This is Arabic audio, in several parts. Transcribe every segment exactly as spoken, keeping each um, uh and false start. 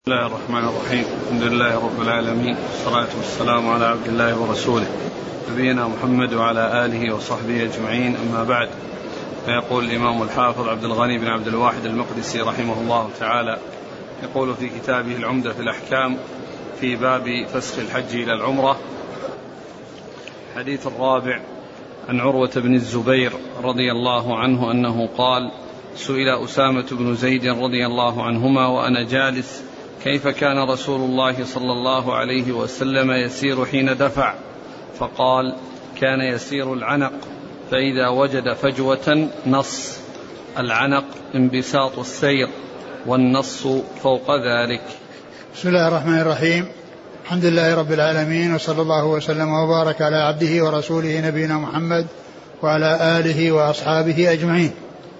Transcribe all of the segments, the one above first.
بسم الله الرحمن الرحيم. الحمد لله رب العالمين، والصلاة والسلام على عبد الله ورسوله نبينا محمد وعلى آله وصحبه أجمعين، أما بعد. فيقول الإمام الحافظ عبد الغني بن عبد الواحد المقدسي رحمه الله تعالى، يقول في كتابه العمدة في الأحكام في باب فسخ الحج إلى العمرة: الحديث الرابع عن عروة بن الزبير رضي الله عنه أنه قال: سئل أسامة بن زيد رضي الله عنهما وأنا جالس: كيف كان رسول الله صلى الله عليه وسلم يسير حين دفع؟ فقال: كان يسير العنق، فإذا وجد فجوة نص. العنق انبساط السير، والنص فوق ذلك. بسم الله الرحمن الرحيم. الحمد لله رب العالمين، وصلى الله وسلم وبارك على عبده ورسوله نبينا محمد وعلى آله وأصحابه أجمعين.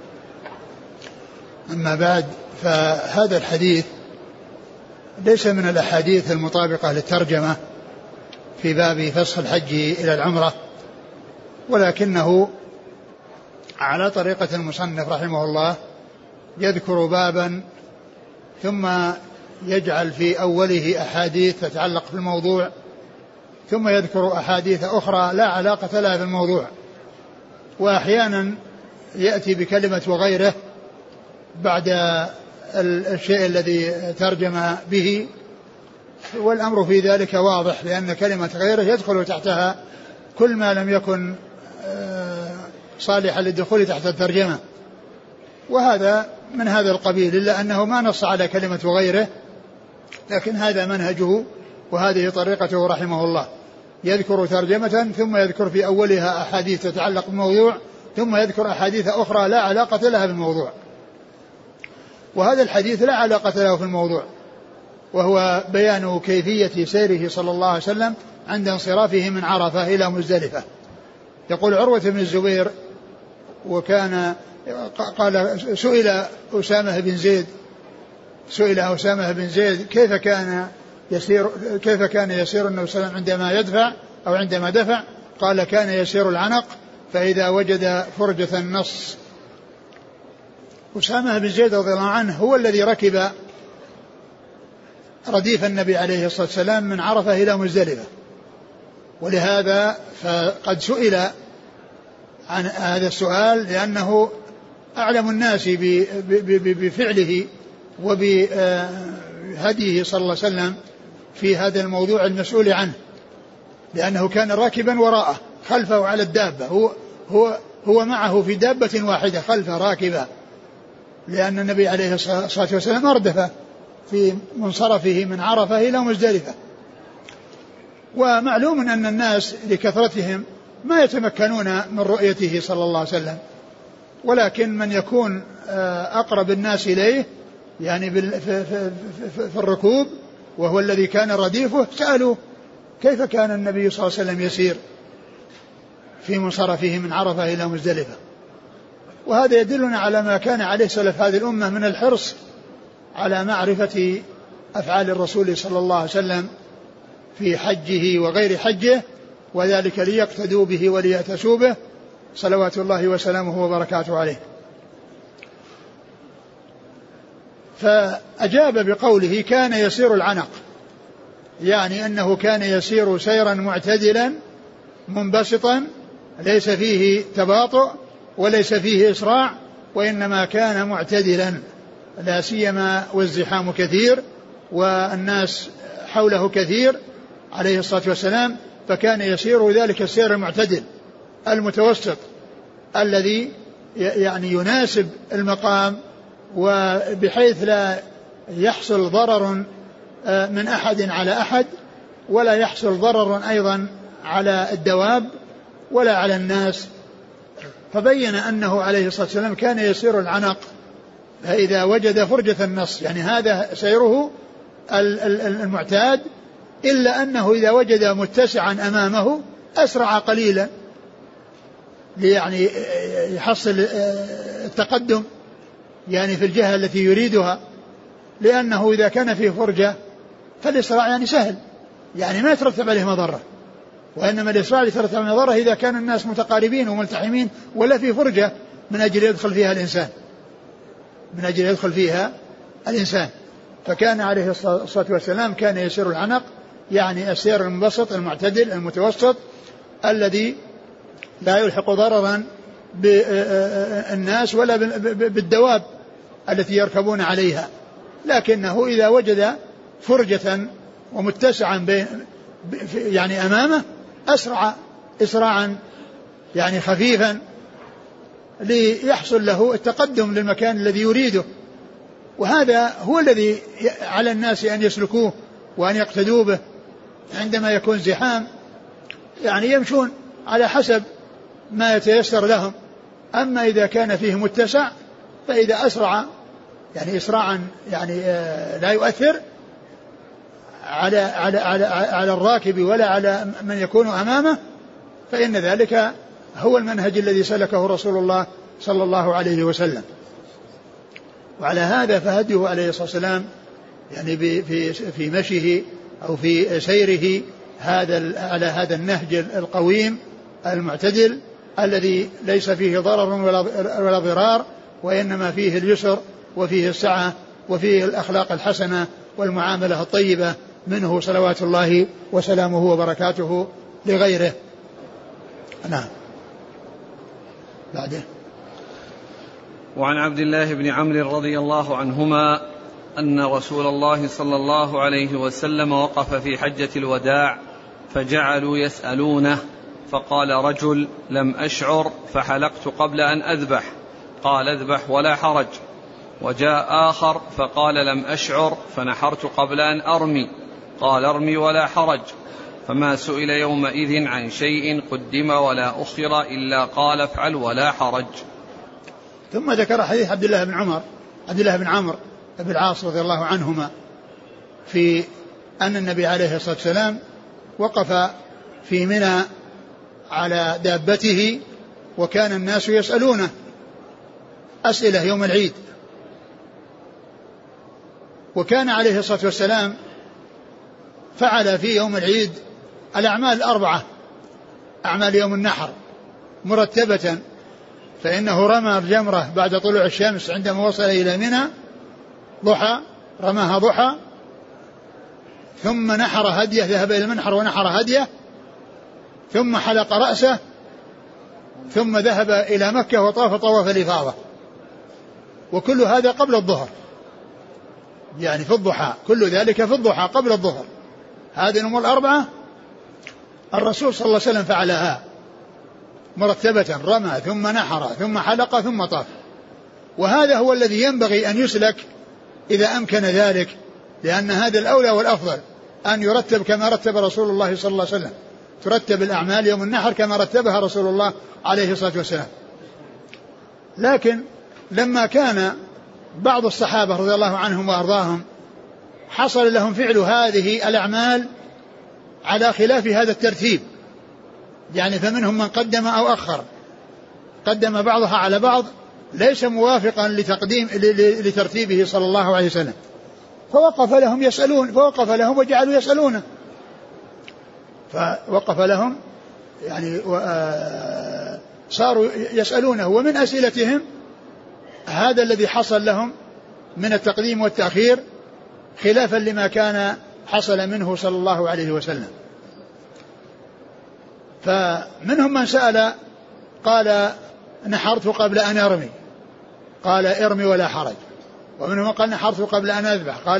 أما بعد، فهذا الحديث ليس من الأحاديث المطابقة للترجمة في باب فسخ الحج إلى العمرة، ولكنه على طريقة المصنف رحمه الله يذكر بابا ثم يجعل في أوله أحاديث تتعلق في الموضوع، ثم يذكر أحاديث أخرى لا علاقة لها في الموضوع، وأحيانا يأتي بكلمة وغيره بعد الشيء الذي ترجم به، والأمر في ذلك واضح، لأن كلمة غيره يدخل تحتها كل ما لم يكن صالحا للدخول تحت الترجمة، وهذا من هذا القبيل، إلا أنه ما نص على كلمة وغيره، لكن هذا منهجه وهذه طريقته رحمه الله، يذكر ترجمة ثم يذكر في أولها أحاديث تتعلق بالموضوع، ثم يذكر أحاديث أخرى لا علاقة لها بالموضوع. وهذا الحديث لا علاقة له في الموضوع، وهو بيان كيفية سيره صلى الله عليه وسلم عند انصرافه من عرفة إلى مزدلفة. يقول عروة بن الزبير: وكان قال سئل أسامة بن زيد سئل أسامة بن زيد كيف كان يسير كيف كان يسير النبي صلى الله عليه وسلم عندما يدفع أو عندما دفع؟ قال: كان يسير العنق، فإذا وجد فرجة النص. أسامة بن زيد رضي الله عنه هو الذي ركب رديف النبي عليه الصلاة والسلام من عرفة إلى مزدلفة، ولهذا فقد سئل عن هذا السؤال لأنه أعلم الناس بفعله وبهديه صلى الله عليه وسلم في هذا الموضوع المسؤول عنه، لأنه كان راكبا وراءه خلفه على الدابة، هو, هو, هو معه في دابة واحدة خلفه راكبا، لأن النبي عليه الصلاة والسلام أردف في منصرفه من عرفة إلى مزدلفة. ومعلوم أن الناس لكثرتهم ما يتمكنون من رؤيته صلى الله عليه وسلم، ولكن من يكون أقرب الناس إليه يعني في الركوب وهو الذي كان رديفه سألوا كيف كان النبي صلى الله عليه وسلم يسير في منصرفه من عرفة إلى مزدلفة. وهذا يدلنا على ما كان عليه سلف هذه الأمة من الحرص على معرفة أفعال الرسول صلى الله عليه وسلم في حجه وغير حجه، وذلك ليقتدوا به وليأتسوا به صلوات الله وسلامه وبركاته عليه. فأجاب بقوله: كان يسير العنق، يعني أنه كان يسير سيرا معتدلا منبسطا ليس فيه تباطؤ وليس فيه إسراع، وإنما كان معتدلا، لا سيما والزحام كثير والناس حوله كثير عليه الصلاة والسلام، فكان يسير ذلك السير المعتدل المتوسط الذي يعني يناسب المقام، وبحيث لا يحصل ضرر من أحد على أحد، ولا يحصل ضرر أيضا على الدواب ولا على الناس. فبين أنه عليه الصلاة والسلام كان يسير العنق، فإذا وجد فرجة النص، يعني هذا سيره المعتاد، إلا أنه إذا وجد متسعا أمامه أسرع قليلا يعني يحصل التقدم يعني في الجهة التي يريدها، لأنه إذا كان فيه فرجة فالإسراع يعني سهل، يعني ما يترتب عليه مضرة، وإنما الإسراع يترتب عليه مضرة إذا كان الناس متقاربين وملتحمين ولا في فرجة من أجل يدخل فيها الإنسان من أجل يدخل فيها الإنسان فكان عليه الصلاة والسلام كان يسير العنق، يعني السير المنبسط المعتدل المتوسط الذي لا يلحق ضررا بالناس ولا بالدواب التي يركبون عليها، لكنه إذا وجد فرجة ومتسعا يعني أمامه أسرع إسراعا يعني خفيفا ليحصل له التقدم للمكان الذي يريده. وهذا هو الذي على الناس أن يسلكوه وأن يقتدوا به عندما يكون زحام، يعني يمشون على حسب ما يتيسر لهم. أما إذا كان فيه متسع فإذا أسرع يعني إسراعا يعني لا يؤثر على على على على الراكب ولا على من يكون أمامه، فإن ذلك هو المنهج الذي سلكه رسول الله صلى الله عليه وسلم. وعلى هذا فهديه عليه الصلاة والسلام يعني في في مشيه أو في سيره هذا على هذا النهج القويم المعتدل الذي ليس فيه ضرر ولا ضرار، وإنما فيه اليسر وفيه السعة وفيه الأخلاق الحسنة والمعاملة الطيبة منه صلوات الله وسلامه وبركاته لغيره. نعم. بعده. وعن عبد الله بن عمرو رضي الله عنهما أن رسول الله صلى الله عليه وسلم وقف في حجة الوداع فجعلوا يسألونه، فقال رجل: لم أشعر فحلقت قبل أن أذبح، قال: اذبح ولا حرج. وجاء آخر فقال: لم أشعر فنحرت قبل أن أرمي، قال: ارمي ولا حرج. فما سئل يومئذ عن شيء قدم ولا أخر إلا قال: افعل ولا حرج. ثم ذكر حديث عبد الله بن عمر عبد الله بن عمرو بن العاص رضي الله عنهما في أن النبي عليه الصلاة والسلام وقف في منى على دابته وكان الناس يسألونه أسئلة يوم العيد، وكان عليه الصلاة والسلام فعل في يوم العيد الأعمال الأربعة، أعمال يوم النحر مرتبة، فإنه رمى الجمرة بعد طلوع الشمس عندما وصل إلى منى ضحى، رماها ضحى، ثم نحر هديه، ذهب إلى المنحر ونحر هديه، ثم حلق رأسه، ثم ذهب إلى مكة وطاف طواف الإفاضة، وكل هذا قبل الظهر، يعني في الضحى، كل ذلك في الضحى قبل الظهر. هذه الأمور الأربعة الرسول صلى الله عليه وسلم فعلها مرتبة، رمى ثم نحر ثم حلق ثم طاف. وهذا هو الذي ينبغي أن يسلك إذا أمكن ذلك، لأن هذا الأولى والأفضل أن يرتب كما رتب رسول الله صلى الله عليه وسلم، ترتب الأعمال يوم النحر كما رتبها رسول الله عليه الصلاة والسلام. لكن لما كان بعض الصحابة رضي الله عنهم وأرضاهم حصل لهم فعل هذه الأعمال على خلاف هذا الترتيب، يعني فمنهم من قدم أو أخر، قدم بعضها على بعض ليس موافقا لتقديم لترتيبه صلى الله عليه وسلم، فوقف لهم يسألون فوقف لهم وجعلوا يسألونه، فوقف لهم يعني صاروا يسألونه، ومن أسئلتهم هذا الذي حصل لهم من التقديم والتأخير خلافا لما كان حصل منه صلى الله عليه وسلم. فمنهم من سأل قال: نحرت قبل أن أرمي، قال: ارمي ولا حرج. ومنهم من قال: نحرت قبل أن أذبح، قال: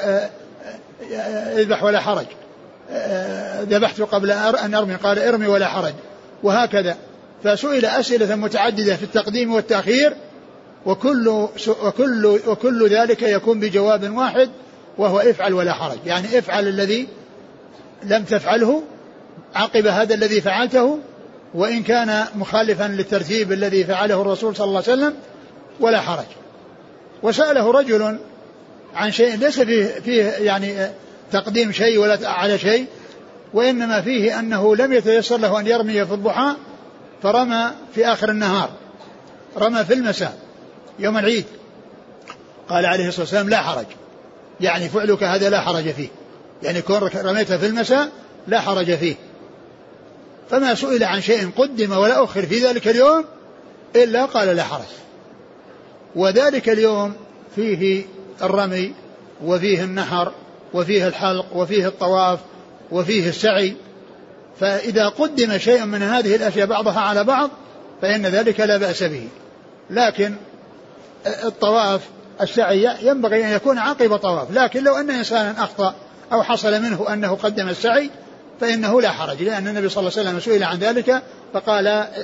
اذبح ولا حرج. ذبحت قبل أن أرمي، قال: ارمي ولا حرج. وهكذا. فسئل أسئلة متعددة في التقديم والتأخير، وكل, وكل, وكل ذلك يكون بجواب واحد، وهو افعل ولا حرج، يعني افعل الذي لم تفعله عقب هذا الذي فعلته، وإن كان مخالفا للترتيب الذي فعله الرسول صلى الله عليه وسلم، ولا حرج. وسأله رجل عن شيء ليس فيه, فيه يعني تقديم شيء ولا على شيء، وإنما فيه أنه لم يتيسر له أن يرمي في الضحى فرمى في آخر النهار، رمى في المساء يوم العيد، قال عليه الصلاة والسلام: لا حرج، يعني فعلك هذا لا حرج فيه، يعني كون رميته في المساء لا حرج فيه. فما سئل عن شيء قدم ولا أخر في ذلك اليوم إلا قال لا حرج. وذلك اليوم فيه الرمي وفيه النحر وفيه الحلق وفيه الطواف وفيه السعي، فإذا قدم شيء من هذه الأشياء بعضها على بعض فإن ذلك لا بأس به. لكن الطواف السعي ينبغي أن يكون عقب طواف، لكن لو أن إنسانا أخطأ أو حصل منه أنه قدم السعي فإنه لا حرج، لأن النبي صلى الله عليه وسلم سئل عن ذلك فقال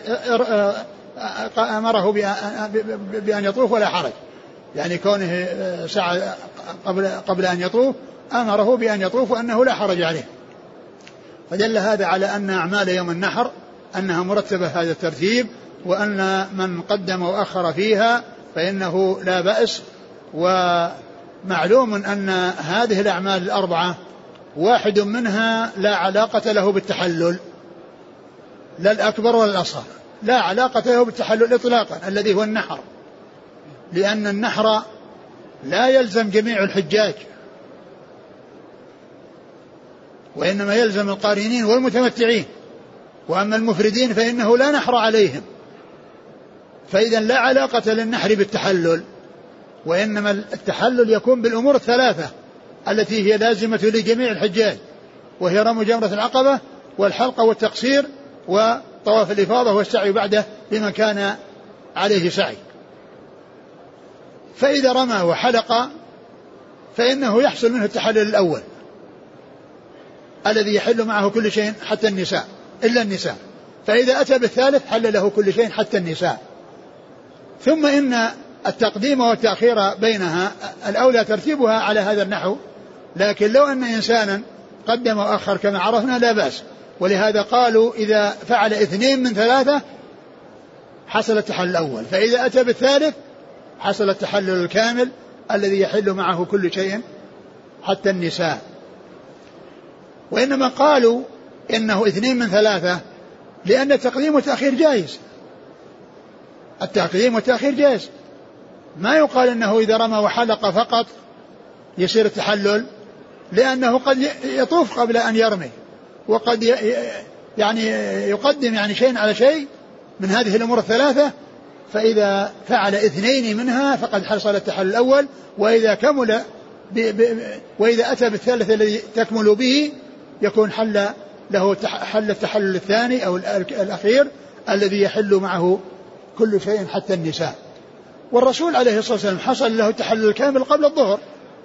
أمره بأن يطوف ولا حرج، يعني كونه سعى قبل, قبل أن يطوف أمره بأن يطوف وأنه لا حرج عليه. فدل هذا على أن أعمال يوم النحر أنها مرتبة هذا الترتيب، وأن من قدم وأخر فيها فإنه لا بأس. ومعلوم أن هذه الأعمال الأربعة واحد منها لا علاقة له بالتحلل، لا الأكبر ولا الأصغر، لا علاقة له بالتحلل إطلاقا الذي هو النحر، لأن النحر لا يلزم جميع الحجاج وإنما يلزم القارنين والمتمتعين، وأما المفردين فإنه لا نحر عليهم، فإذا لا علاقة للنحر بالتحلل، وإنما التحلل يكون بالأمور الثلاثة التي هي لازمة لجميع الحجاج، وهي رمي جمرة العقبة والحلقة والتقصير وطواف الإفاضة والسعي بعده لمن كان عليه سعي. فإذا رمى وحلق فإنه يحصل منه التحلل الأول الذي يحل معه كل شيء حتى النساء إلا النساء، فإذا أتى بالثالث حل له كل شيء حتى النساء. ثم إن التقديم والتأخير بينها الأولى ترتيبها على هذا النحو، لكن لو أن إنسانا قدم وأخر كما عرفنا لا بأس، ولهذا قالوا إذا فعل اثنين من ثلاثة حصل التحلل الأول، فإذا أتى بالثالث حصل التحلل الكامل الذي يحل معه كل شيء حتى النساء. وإنما قالوا إنه اثنين من ثلاثة لأن التقديم والتأخير جائز، التقديم والتأخير جائز، ما يقال إنه إذا رمى وحلق فقط يصير التحلل، لأنه قد يطوف قبل أن يرمي، وقد يعني يقدم يعني شيء على شيء من هذه الأمور الثلاثة، فإذا فعل اثنين منها فقد حصل التحلل الأول، وإذا كمل ب ب وإذا أتى بالثالث الذي تكمل به يكون حل له حل التحلل الثاني أو الأخير الذي يحل معه كل شيء حتى النساء. والرسول عليه الصلاة والسلام حصل له التحلل الكامل قبل الظهر،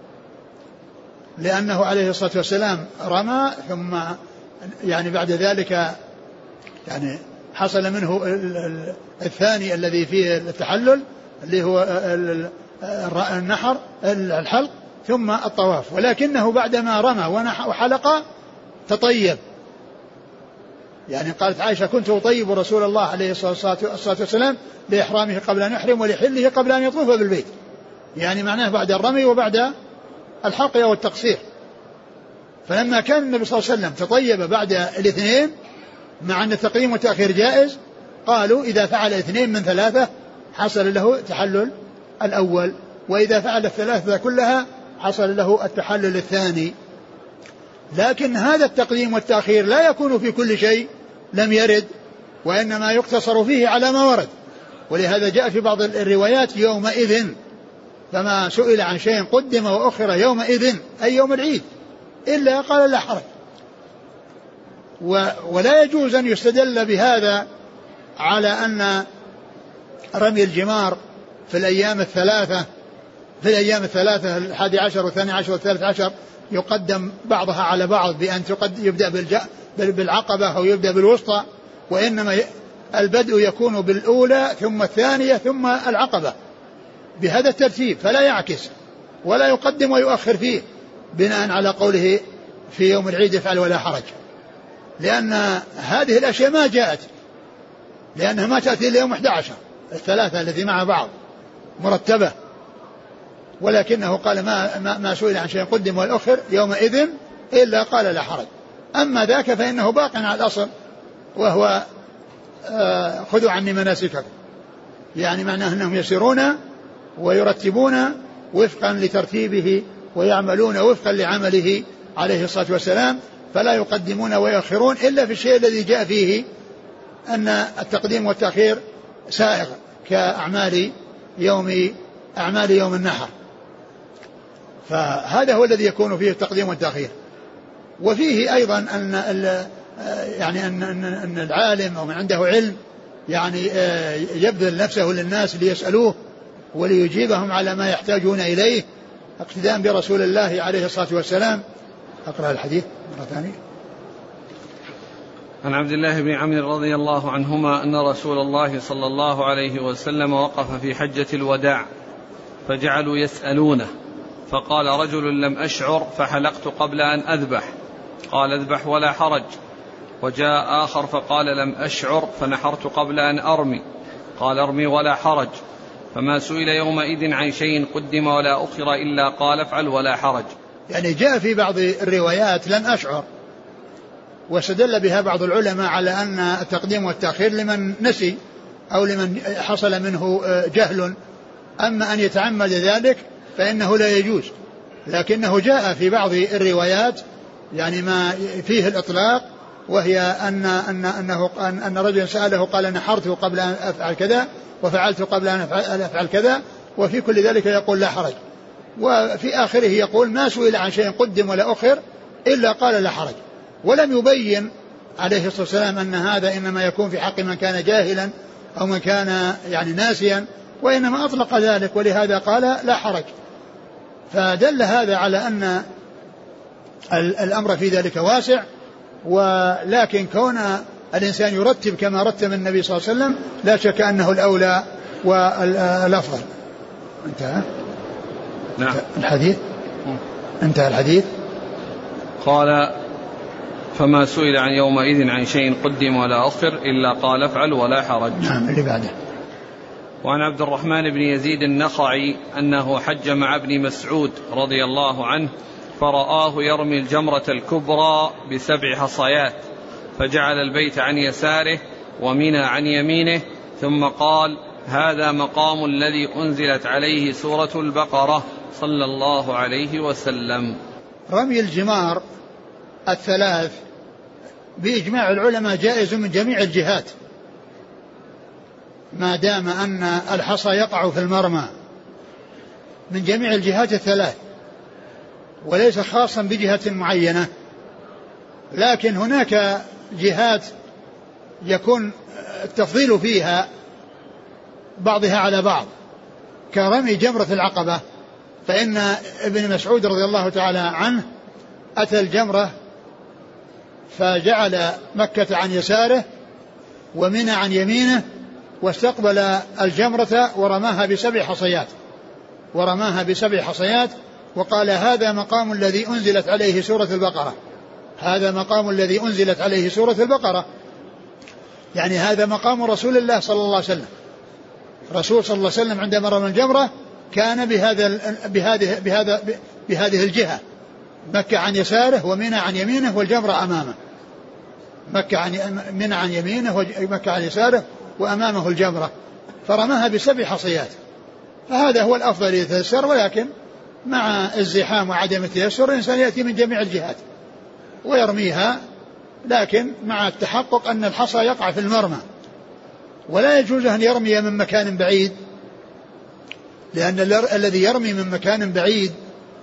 لأنه عليه الصلاة والسلام رمى ثم يعني بعد ذلك يعني حصل منه الثاني الذي فيه التحلل اللي هو النحر الحلق ثم الطواف، ولكنه بعدما رمى وحلق تطيب، يعني قالت عائشة كنت أطيب رسول الله عليه الصلاة والسلام لإحرامه قبل أن يحرم ولحله قبل أن يطوف بالبيت، يعني معناه بعد الرمي وبعد الحلق والتقصير. فلما كان النبي صلى الله عليه وسلم تطيب بعد الاثنين مع أن التقديم والتأخير جائز، قالوا إذا فعل اثنين من ثلاثة حصل له تحلل الأول، وإذا فعل الثلاثة كلها حصل له التحلل الثاني. لكن هذا التقديم والتأخير لا يكون في كل شيء لم يرد، وإنما يقتصر فيه على ما ورد، ولهذا جاء في بعض الروايات يومئذ، فما سئل عن شيء قدم وأخر يومئذ أي يوم العيد إلا قال لا حرج. ولا يجوز أن يستدل بهذا على أن رمي الجمار في الأيام الثلاثة في الأيام الثلاثة الحادي عشر والثاني عشر والثالث عشر يقدم بعضها على بعض بأن يبدأ بالعقبة أو يبدأ بالوسطى، وإنما البدء يكون بالأولى ثم الثانية ثم العقبة بهذا الترتيب، فلا يعكس ولا يقدم ويؤخر فيه بناء على قوله في يوم العيد يفعل ولا حرج، لأن هذه الأشياء ما جاءت، لأنها ما تأتي إلا يوم أحد عشر الثلاثة التي مع بعض مرتبة، ولكنه قال ما, ما, ما سئل عن شيء قدم والأخر يومئذ إلا قال لا حرج. أما ذاك فإنه باق على الأصل، وهو آه خذوا عني مناسككم، يعني معناه أنهم يسيرون ويرتبون وفقا لترتيبه ويعملون وفقا لعمله عليه الصلاة والسلام، فلا يقدمون ويؤخرون إلا في الشيء الذي جاء فيه أن التقديم والتأخير سائغ كأعمال يوم أعمال يوم النحر. فهذا هو الذي يكون فيه التقديم والتأخير. وفيه أيضا أن يعني أن أن العالم أو من عنده علم يعني يبذل نفسه للناس ليسألوه وليجيبهم على ما يحتاجون إليه اقتداء برسول الله عليه الصلاة والسلام. أقرأ الحديث مرة ثانية. عن عبد الله بن عمرو رضي الله عنهما أن رسول الله صلى الله عليه وسلم وقف في حجة الوداع فجعلوا يسألونه فقال رجل لم أشعر فحلقت قبل أن أذبح قال اذبح ولا حرج. وجاء آخر فقال لم أشعر فنحرت قبل أن أرمي قال ارمي ولا حرج. فما سئل يومئذ عن شيء قدم ولا أخر إلا قال افعل ولا حرج. يعني جاء في بعض الروايات لم أشعر، واستدل بها بعض العلماء على أن التقديم والتأخير لمن نسي أو لمن حصل منه جهل، أما أن يتعمد ذلك فإنه لا يجوز. لكنه جاء في بعض الروايات يعني ما فيه الإطلاق، وهي أن أن أنه أن, أن رجل سأله قال نحرت قبل أن أفعل كذا وفعلت قبل أن أفعل كذا، وفي كل ذلك يقول لا حرج. وفي آخره يقول ما سئل عن شيء قدم ولا أخر إلا قال لا حرج. ولم يبين عليه الصلاة والسلام أن هذا إنما يكون في حق من كان جاهلا أو من كان يعني ناسيا، وإنما أطلق ذلك ولهذا قال لا حرج. فدل هذا على أن الأمر في ذلك واسع، ولكن كون الإنسان يرتب كما رتب النبي صلى الله عليه وسلم لا شك أنه الأولى والأفضل. انتهى نعم الحديث. انتهى الحديث. قال فما سئل عن يومئذ عن شيء قدم ولا أخر إلا قال افعل ولا حرج. نعم اللي بعده. وعن عبد الرحمن بن يزيد النخعي أنه حج مع ابن مسعود رضي الله عنه فرآه يرمي الجمرة الكبرى بسبع حصيات فجعل البيت عن يساره ومنى عن يمينه ثم قال هذا مقام الذي أنزلت عليه سورة البقرة صلى الله عليه وسلم. رمي الجمار الثلاث بإجماع العلماء جائز من جميع الجهات ما دام أن الحصى يقع في المرمى من جميع الجهات الثلاث، وليس خاصا بجهة معينة. لكن هناك جهات يكون التفضيل فيها بعضها على بعض كرمي جمرة العقبة، فإن ابن مسعود رضي الله تعالى عنه أتى الجمرة فجعل مكة عن يساره ومنى عن يمينه واستقبل الجمرة ورماها بسبع حصيات ورماها بسبع حصيات وقال هذا مقام الذي أنزلت عليه سورة البقرة هذا مقام الذي أنزلت عليه سورة البقرة يعني هذا مقام رسول الله صلى الله عليه وسلم. رسول صلى الله عليه وسلم عندما رمى الجمرة كان بهذا بهذه بهذا بهذه الجهة، مكة عن يساره ومنى عن يمينه والجمرة أمامه. مكة عن منى عن يمينه ومكة عن يساره وأمامه الجمرة، فرماها بسبع حصيات. فهذا هو الأفضل يتيسر، ولكن مع الزحام وعدم التيسر الإنسان يأتي من جميع الجهات ويرميها، لكن مع التحقق أن الحصى يقع في المرمى. ولا يجوز أن يرمي من مكان بعيد، لأن الذي يرمي من مكان بعيد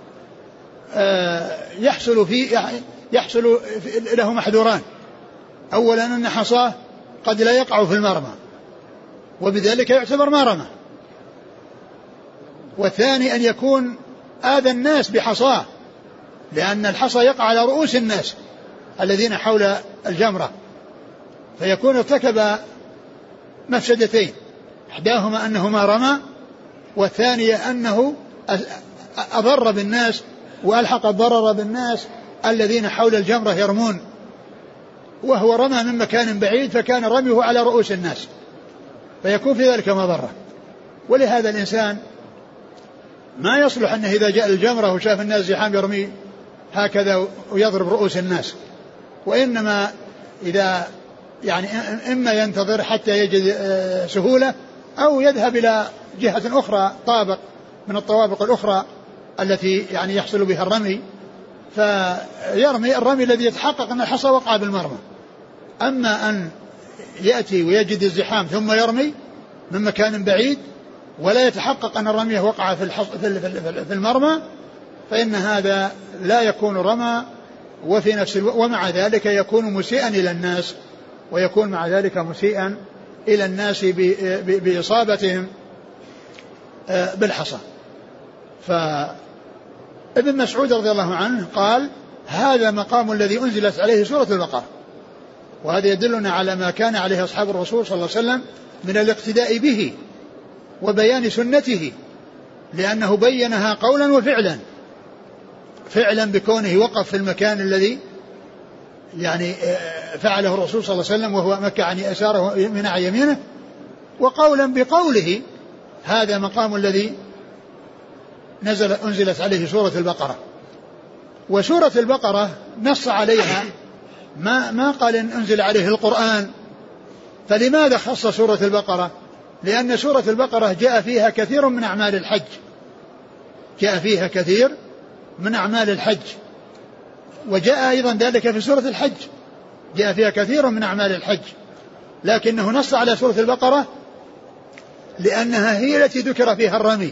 يحصل فيه يحصل له محذوران. أولا أن حصاه قد لا يقع في المرمى وبذلك يعتبر ما رمى، والثاني أن يكون آذى الناس بحصاه، لأن الحصى يقع على رؤوس الناس الذين حول الجمرة، فيكون ارتكب مفسدتين، إحداهما أنه ما رمى، والثانية أنه أضر بالناس وألحق الضرر بالناس الذين حول الجمرة يرمون، وهو رمى من مكان بعيد فكان رميه على رؤوس الناس فيكون في ذلك مضرة. ولهذا الإنسان ما يصلح أنه إذا جاء الجمرة وشاف الناس زحام يرمي هكذا ويضرب رؤوس الناس، وإنما إذا يعني إما ينتظر حتى يجد سهولة أو يذهب إلى جهة أخرى طابق من الطوابق الأخرى التي يعني يحصل بها الرمي، فيرمي الرمي الذي يتحقق أن الحصى وقع بالمرمى. أما أن يأتي ويجد الزحام ثم يرمي من مكان بعيد ولا يتحقق أن الرمي وقع في في المرمى، فإن هذا لا يكون رمى، وفي نفس الو... ومع ذلك يكون مسيئا إلى الناس، ويكون مع ذلك مسيئا إلى الناس ب... ب... بإصابتهم بالحصى. فابن مسعود رضي الله عنه قال هذا مقام الذي أنزلت عليه سورة البقرة، وهذا يدلنا على ما كان عليه أصحاب الرسول صلى الله عليه وسلم من الاقتداء به وبيان سنته، لأنه بينها قولا وفعلا، فعلا بكونه وقف في المكان الذي يعني فعله الرسول صلى الله عليه وسلم وهو مكة عن يساره من يمينه، وقولا بقوله هذا مقام الذي نزل أنزلت عليه سورة البقرة. وسورة البقرة نص عليها، ما ما قال إن أنزل عليه القرآن. فلماذا خص سورة البقرة؟ لأن سورة البقرة جاء فيها كثير من أعمال الحج، جاء فيها كثير من أعمال الحج، وجاء أيضا ذلك في سورة الحج، جاء فيها كثير من أعمال الحج، لكنه نص على سورة البقرة لأنها هي التي ذكر فيها الرمي،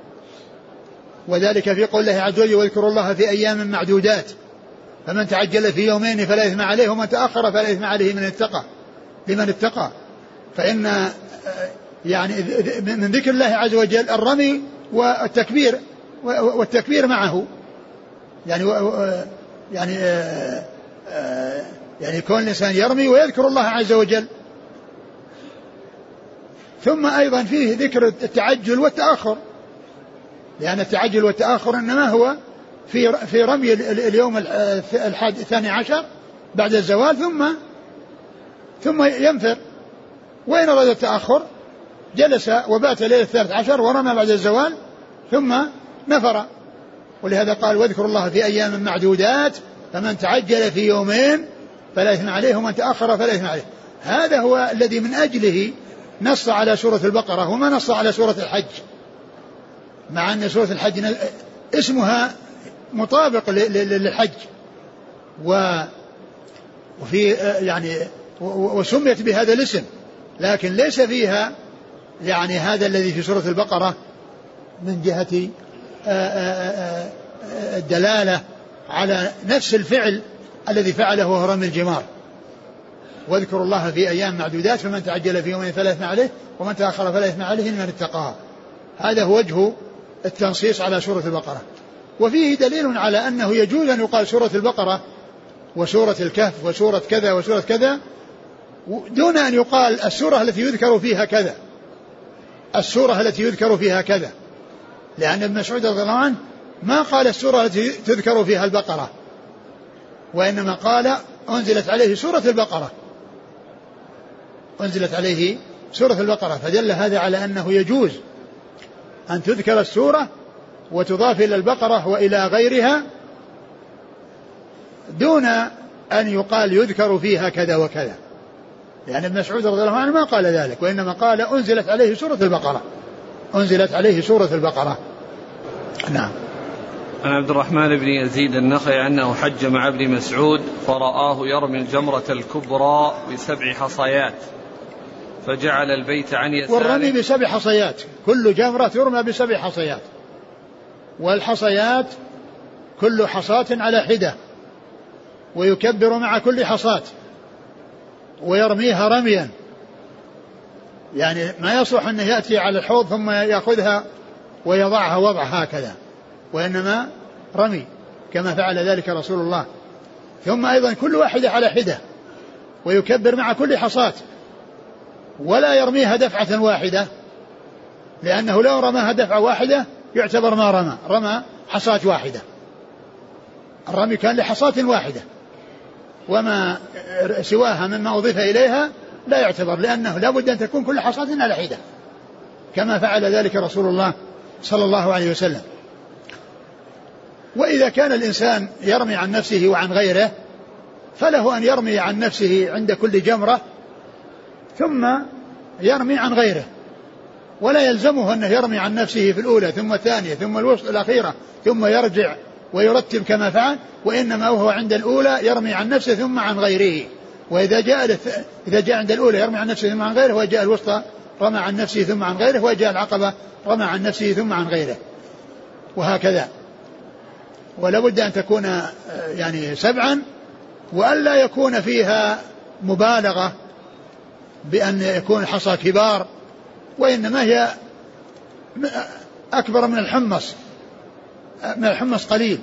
وذلك في قول الله عز وجل واذكروا الله في أيام معدودات فمن تعجل في يومين فلا إثم عليه ومن تأخر فلا إثم عليه من اتقى لمن اتقى. فإن يعني من ذكر الله عز وجل الرمي والتكبير والتكبير معه، يعني يعني يعني كون الإنسان يرمي ويذكر الله عز وجل. ثم أيضا فيه ذكر التعجل والتأخر، لأن التعجل والتأخر إنما هو في في رمي اليوم الثاني عشر بعد الزوال ثم ثم ينفر. وإن أراد التأخر جلس وبات ليلة الثالث عشر ورمى بعد الزوال ثم نفر. ولهذا قال واذكروا الله في أيام معدودات فمن تعجل في يومين فلا إثم عليه ومن تأخر فلا إثم عليه. هذا هو الذي من أجله نص على سورة البقرة وما نص على سورة الحج، مع أن سورة الحج اسمها مطابق للحج وفي يعني وسميت بهذا الاسم، لكن ليس فيها يعني هذا الذي في سورة البقرة من جهة الدلالة على نفس الفعل الذي فعله وهو رمي الجمار. واذكروا الله في أيام معدودات فمن تعجل في يومين فلا إثم عليه ومن تأخر فلا إثم عليه لمن اتقى. هذا هو وجه التنصيص على سورة البقرة. وفيه دليل على أنه يجوز أن يقال سورة البقرة وسورة الكهف وسورة كذا وسورة كذا دون أن يقال السورة التي يذكر فيها كذا، السورة التي يذكر فيها كذا، لأن ابن مسعود رضي الله عنه ما قال السورة التي تذكر فيها البقرة، وإنما قال أنزلت عليه سورة البقرة، أنزلت عليه سورة البقرة. فدل هذا على أنه يجوز أن تذكر السورة وتضاف إلى البقرة وإلى غيرها دون أن يقال يذكر فيها كذا وكذا، لأن ابن مسعود رضي الله عنه ما قال ذلك، وإنما قال أنزلت عليه سورة البقرة، أنزلت عليه سورة البقرة. نعم. عن عبد الرحمن بن يزيد النخعي أنه حج مع ابن مسعود فرآه يرمي الجمرة الكبرى بسبع حصيات فجعل البيت عن يساره. والرمي بسبع حصيات، كل جمرة ترمى بسبع حصيات، والحصيات كل حصاة على حدة، ويكبر مع كل حصاة ويرميها رميا، يعني ما يصلح أنه يأتي على الحوض ثم يأخذها ويضعها وضع هكذا، وإنما رمي كما فعل ذلك رسول الله. ثم أيضا كل واحدة على حدة ويكبر مع كل حصاة، ولا يرميها دفعة واحدة، لأنه لو رماها دفعة واحدة يعتبر ما رمى، رمى حصاة واحدة، الرمي كان لحصاة واحدة، وما سواها مما أضيف إليها لا يعتبر، لأنه لا بد أن تكون كل حصاة على حدة كما فعل ذلك رسول الله صلى الله عليه وسلم. وإذا كان الإنسان يرمي عن نفسه وعن غيره فله أن يرمي عن نفسه عند كل جمرة ثم يرمي عن غيره، ولا يلزمه أنه يرمي عن نفسه في الأولى ثم الثانية ثم الوسط الأخيرة ثم يرجع ويرتب كما فعل، وإنما هو عند الأولى يرمي عن نفسه ثم عن غيره، وإذا جاء إذا جاء عند الأولى يرمي عن نفسه ثم عن غيره، وجاء الوسطى رمى عن نفسه ثم عن غيره، وجاء العقبة رمى عن نفسه ثم عن غيره، وهكذا. ولا بد أن تكون يعني سبعا، وألا يكون فيها مبالغة بأن يكون الحصى كبار، وإنما هي أكبر من الحمص من الحمص قليل.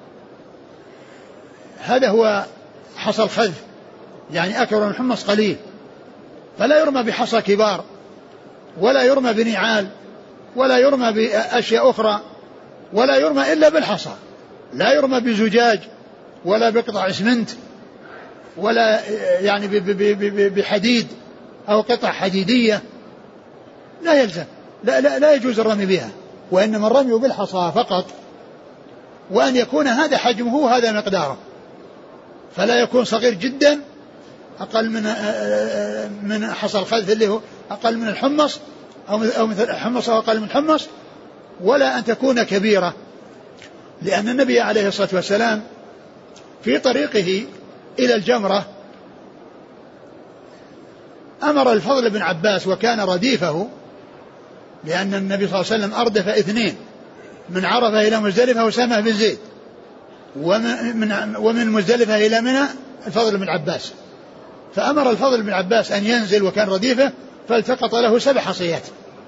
هذا هو حصى الخذف، يعني أكبر من الحمص قليل. فلا يرمى بحصى كبار، ولا يرمى بنعال، ولا يرمى بأشياء أخرى، ولا يرمى إلا بالحصى. لا يرمى بزجاج ولا بقطع اسمنت ولا يعني بحديد أو قطع حديدية، لا يلزم، لا, لا, لا يجوز الرمي بها، وإنما الرمي بالحصى فقط، وأن يكون هذا حجمه هذا مقداره، فلا يكون صغير جدا أقل من من حصى الخذف اللي هو أقل من الحمص أو مثل الحمص أو أقل من الحمص، ولا أن تكون كبيرة، لأن النبي عليه الصلاة والسلام في طريقه إلى الجمرة أمر الفضل بن عباس وكان رديفه، لأن النبي صلى الله عليه وسلم أردف اثنين من عرفة إلى مزدلفة أسامة بن زيد، ومن, ومن مزدلفة إلى منى الفضل بن عباس، فأمر الفضل بن عباس أن ينزل وكان رديفه، فالتقط له سبع حصيات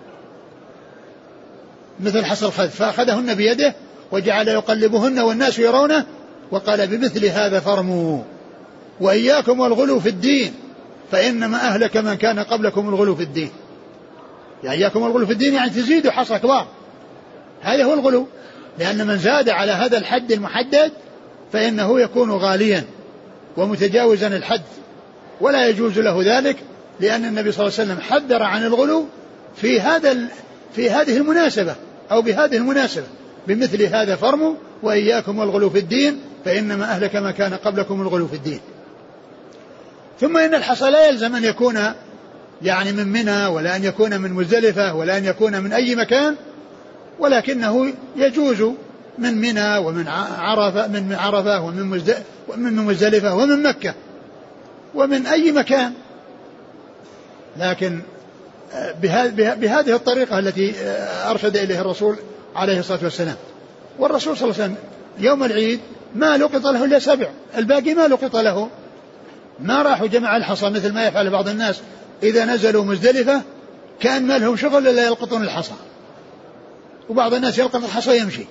مثل حصى الخذف، فأخذهن بيده وجعل يقلبهن والناس يرونه، وقال بمثل هذا فرموا، وإياكم والغلو في الدين فإنما أهلك من كان قبلكم الغلو في الدين. يعني إياكم والغلو في الدين يعني تزيدوا حصى كبار، هذا هو الغلو، لأن من زاد على هذا الحد المحدد فإنه يكون غاليا ومتجاوزا الحد، ولا يجوز له ذلك، لأن النبي صلى الله عليه وسلم حذر عن الغلو في هذا في هذه المناسبة أو بهذه المناسبة، بمثل هذا فرموا وإياكم والغلو في الدين فإنما أهلك ما كان قبلكم الغلو في الدين. ثم إن الحصى لا يلزم أن يكون يعني من منى، ولا أن يكون من مزدلفة، ولا أن يكون من أي مكان، ولكنه يجوز من منى ومن عرفة من عرفة ومن مزدلفة ومن مكة ومن أي مكان، لكن بهذه الطريقة التي أرشد إليه الرسول عليه الصلاة والسلام. والرسول صلى الله عليه وسلم يوم العيد ما لقط له إلا سبع، الباقي ما لقط له، ما راحوا جمع الحصى مثل ما يفعل بعض الناس إذا نزلوا مزدلفة كأن ما لهم شغل إلا يلقطون الحصى، وبعض الناس يلقط الحصى يمشي.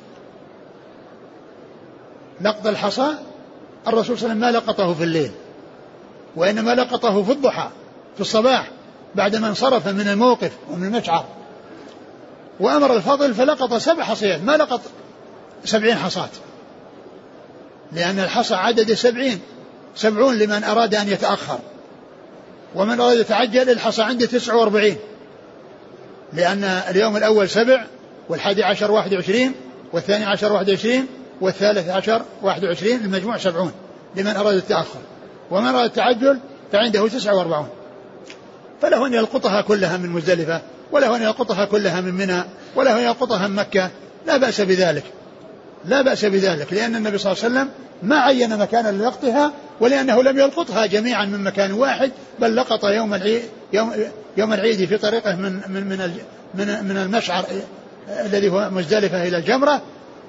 لقط الحصى الرسول صلى الله عليه وسلم ما لقطه في الليل، وإنما لقطه في الضحى في الصباح بعدما انصرف من الموقف ومن المشعر، وأمر الفضل فلقط سبع حصيات، ما لقط سبعين حصاة، لأن الحصى عدد سبعين، سبعون لمن أراد أن يتأخر، ومن أراد يتعجل الحصى عنده تسعة وأربعين، لأن اليوم الأول سبع، والحادي عشر واحد وعشرين، والثاني عشر واحد وعشرين، والثالث عشر واحد وعشرين، المجموع سبعون لمن أراد التأخر، ومن أراد التعجل فعنده تسعة وأربعون. فله أن يلقطها كلها من مزدلفة، وله أن يلقطها كلها من منى، وله أن يلقطها من مكة، لا بأس بذلك، لا بأس بذلك، لأن النبي صلى الله عليه وسلم ما عين مكانا للقطها، ولأنه لم يلقطها جميعا من مكان واحد، بل لقط يوم العيد يوم, يوم العيد في طريقه من من من من, من المشعر الذي هو مزدلفة إلى الجمرة،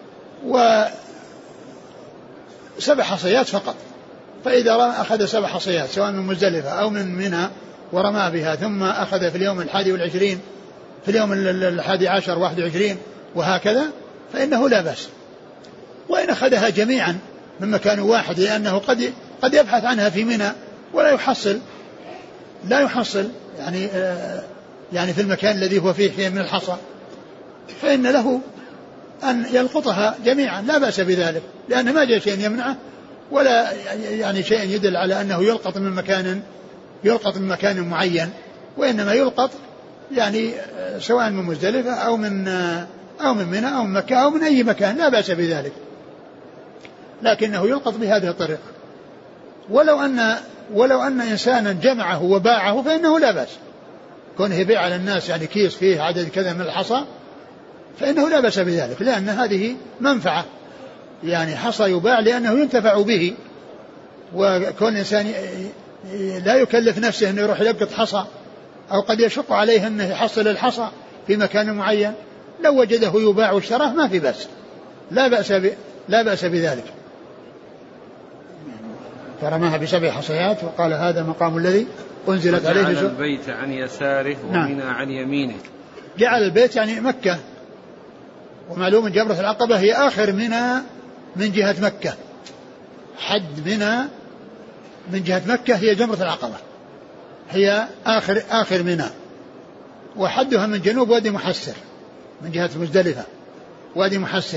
وسبع حصيات فقط. فإذا أخذ سبع حصيات سواء من مزدلفة أو من منى ورمى بها، ثم أخذ في اليوم الحادي والعشرين في اليوم الحادي عشر واحد وعشرين وهكذا، فإنه لا بأس. وإن أخذها جميعا من مكان واحد، لأنه قد قد يبحث عنها في منى ولا يحصل لا يحصل يعني آه يعني في المكان الذي هو فيه شيء من الحصى، فإن له أن يلقطها جميعا، لا بأس بذلك، لأنه ما جاء شيء يمنعه ولا يعني شيء يدل على أنه يلقط من مكان يلقط من مكان معين، وإنما يلقط يعني سواء من مزدلفة أو من أو من منى أو من مكة أو من أي مكان، لا بأس بذلك، لكنه يلقط بهذه الطريقة. ولو أن ولو أن إنسانا جمعه وباعه فإنه لا بأس، كونه يبيع على الناس يعني كيس فيه عدد كذا من الحصى فإنه لا بأس بذلك، لأن هذه منفعة، يعني حصى يباع لأنه ينتفع به، وكون إنسان لا يكلف نفسه أنه يروح يلقط حصى، أو قد يشق عليه أنه يحصل الحصى في مكان معين، لو وجده يباع واشتراه ما في بأس، لا بأس ب... لا بأس بذلك. فرماها بسبع حصيات وقال هذا مقام الذي أنزلت عليه. جعل البيت عن يساره ومنى نعم. عن يمينه. جعل البيت يعني مكة، ومعلوم جمرة العقبة هي آخر منى من جهة مكة، حد منى من جهة مكة هي جمرة العقبة، هي آخر آخر منى، وحدها من جنوب وادي محسر من جهة مزدلفة، وادي محسر،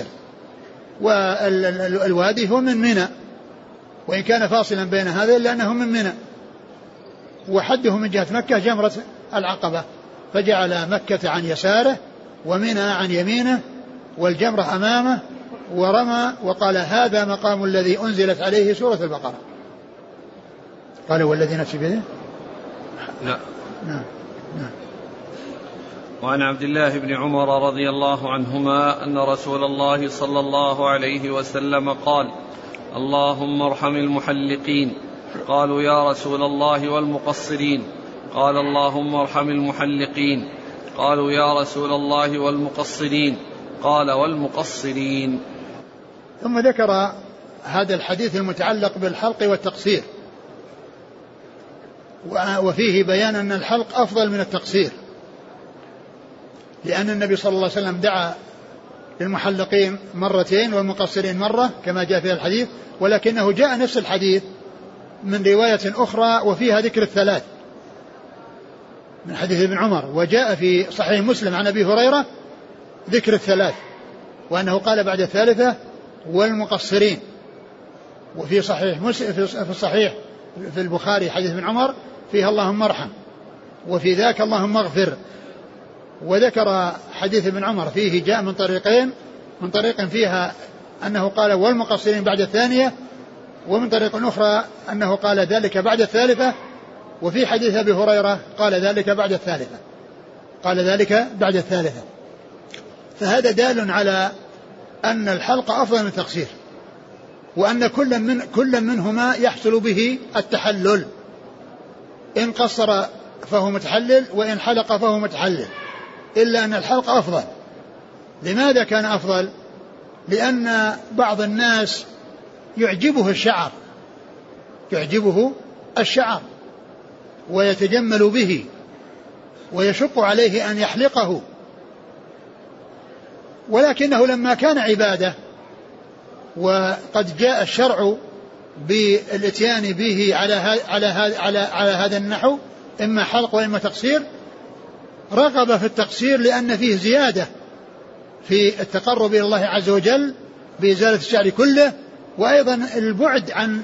والوادي هو من منى، وإن كان فاصلا بين هذا لأنه من منى، وحده من جهة مكة جمرة العقبة، فجعل مكة عن يساره ومنى عن يمينه والجمرة أمامه، ورمى وقال هذا مقام الذي أنزلت عليه سورة البقرة. قال والذي نفسي بيده. لا نعم نعم. وعن عبد الله بن عمر رضي الله عنهما أن رسول الله صلى الله عليه وسلم قال اللهم ارحم المحلقين. قالوا يا رسول الله والمقصرين؟ قال اللهم ارحم المحلقين. قالوا يا رسول الله والمقصرين؟ قال والمقصرين. ثم ذكر هذا الحديث المتعلق بالحلق والتقصير، وفيه بيان أن الحلق أفضل من التقصير، لأن النبي صلى الله عليه وسلم دعا للمحلقين مرتين والمقصرين مرة كما جاء في الحديث، ولكنه جاء نفس الحديث من رواية أخرى وفيها ذكر الثلاث من حديث ابن عمر، وجاء في صحيح مسلم عن أبي هريرة ذكر الثلاث، وأنه قال بعد الثالثة والمقصرين. وفي صحيح مسلم في الصحيح في البخاري حديث ابن عمر فيها اللهم ارحم، وفي ذاك اللهم اغفر. وذكر حديث ابن عمر فيه جاء من طريقين، من طريق فيها أنه قال والمقصرين بعد الثانية، ومن طريق أخرى أنه قال ذلك بعد الثالثة، وفي حديث أبي هريرة قال ذلك بعد الثالثة، قال ذلك بعد الثالثة. فهذا دال على أن الحلق أفضل من التقصير، وأن كل من كل منهما يحصل به التحلل، إن قصر فهو متحلل وإن حلق فهو متحلل، إلا أن الحلق أفضل. لماذا كان أفضل؟ لأن بعض الناس يعجبه الشعر، يعجبه الشعر ويتجمل به ويشق عليه أن يحلقه، ولكنه لما كان عبادة وقد جاء الشرع بالاتيان به على على على على هذا النحو، إما حلق وإما تقصير، رغب في التقصير لأن فيه زيادة في التقرب إلى الله عز وجل بإزالة الشعر كله، وأيضا البعد عن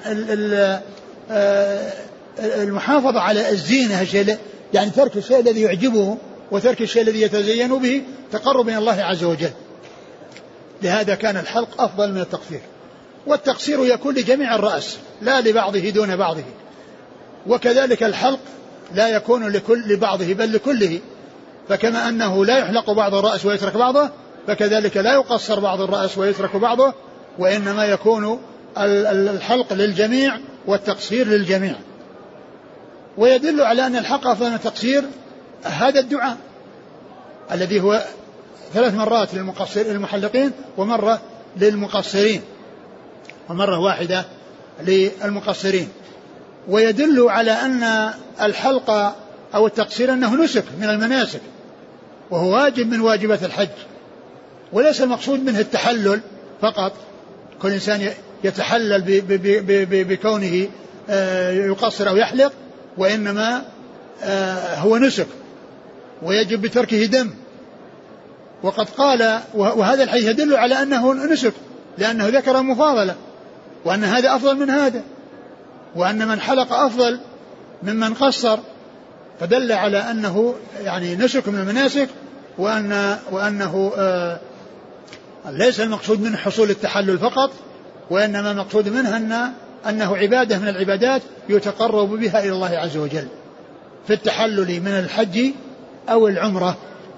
المحافظة على الزينة، يعني ترك الشيء الذي يعجبه وترك الشيء الذي يتزين به تقرب إلى الله عز وجل. لهذا كان الحلق أفضل من التقصير. والتقصير يكون لجميع الرأس لا لبعضه دون بعضه، وكذلك الحلق لا يكون لكل لبعضه بل لكله، فكما أنه لا يحلق بعض الرأس ويترك بعضه، فكذلك لا يقصر بعض الرأس ويترك بعضه، وإنما يكون الحلق للجميع والتقصير للجميع. ويدل على أن الحلق أفضل من التقصير هذا الدعاء الذي هو ثلاث مرات للمقصر للمحلقين ومرة للمقصرين ومرة واحدة للمقصرين. ويدل على أن الحلق أو التقصير أنه نسك من المناسك، وهو واجب من واجبات الحج، وليس المقصود منه التحلل فقط، كل إنسان يتحلل بكونه يقصر أو يحلق، وإنما هو نسك ويجب بتركه دم. وقد قال، وهذا الحديث يدل على أنه نسك لأنه ذكر مفاضلة، وأن هذا أفضل من هذا، وأن من حلق أفضل ممن قصر، فدل على أنه يعني نسك من المناسك، وأن وأنه آه ليس المقصود منه حصول التحلل فقط، وإنما المقصود منه أن أنه عبادة من العبادات يتقرب بها إلى الله عز وجل في التحلل من الحج أو العمرة.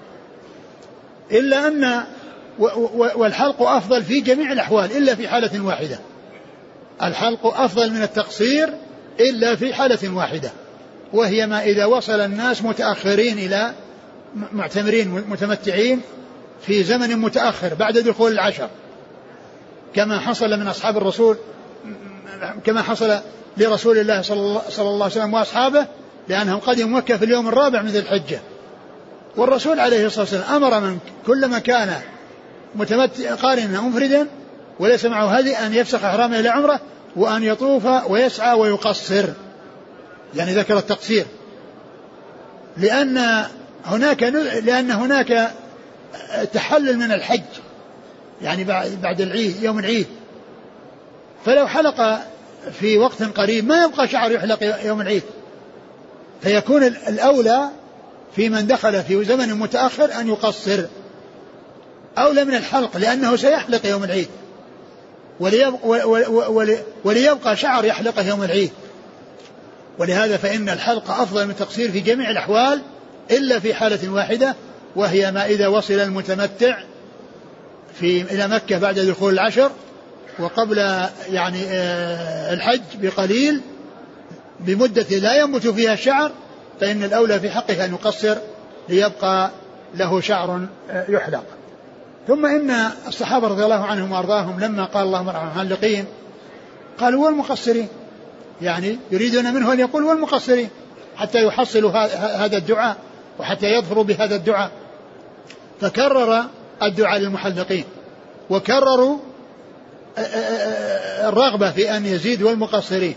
إلا أن والحلق أفضل في جميع الأحوال إلا في حالة واحدة، الحلق أفضل من التقصير إلا في حالة واحدة، وهي ما إذا وصل الناس متأخرين إلى معتمرين متمتعين في زمن متأخر بعد دخول العشر، كما حصل من أصحاب الرسول كما حصل لرسول الله صلى الله عليه وسلم وأصحابه، لأنهم قدموا مكة في اليوم الرابع من ذي الحجة. والرسول عليه الصلاة والسلام أمر من كلما كان متمتع قارنا مفردا وليس معه هدي أن يفسخ إحرامه إلى عمره وأن يطوف ويسعى ويقصر، يعني ذكر التقصير، لأن هناك لأن هناك تحلل من الحج يعني بعد العيد يوم العيد، فلو حلق في وقت قريب ما يبقى شعر يحلق يوم العيد، فيكون الأولى في من دخل في زمن متأخر أن يقصر أولى من الحلق، لأنه سيحلق يوم العيد وليبقى, وليبقى شعر يحلقه يوم العيد. ولهذا فإن الحلق أفضل من التقصير في جميع الأحوال إلا في حالة واحدة، وهي ما إذا وصل المتمتع في إلى مكة بعد دخول العشر وقبل يعني الحج بقليل بمدة لا ينبت فيها الشعر، فإن الأولى في حقه أن يقصر ليبقى له شعر يحلق. ثم إن الصحابة رضي الله عنهم وأرضاهم لما قال اللهم ارحم المحلقين قالوا والمقصرين، يعني يريدون منه أن يقول والمقصرين حتى يحصلوا هذا الدعاء وحتى يظفروا بهذا الدعاء، فكرر الدعاء للمحلقين وكرروا الرغبة في أن يزيد والمقصرين،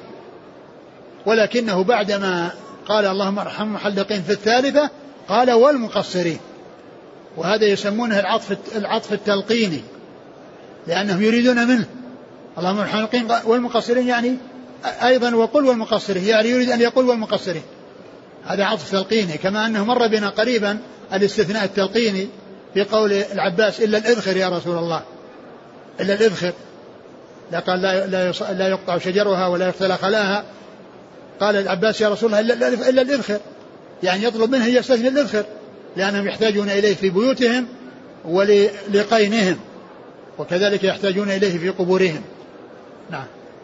ولكنه بعدما قال اللهم ارحم المحلقين في الثالثة قال والمقصرين، وهذا يسمونه العطف العطف التلقيني، لأنهم يريدون منه اللهم ارحم المحلقين والمقصرين يعني أيضا وقل والمقصرين، يعني يريد أن يقول والمقصرين، هذا عطف تلقيني. كما أنه مر بنا قريبا الاستثناء التلقيني في قول العباس إلا الإذخر يا رسول الله، إلا الإذخر، لا قال لا, لا يقطع شجرها ولا يقتل خلاها، قال العباس يا رسول الله إلا الإذخر، يعني يطلب منه يستثني الإذخر لأنهم يحتاجون إليه في بيوتهم ولقينهم، وكذلك يحتاجون إليه في قبورهم. نعم.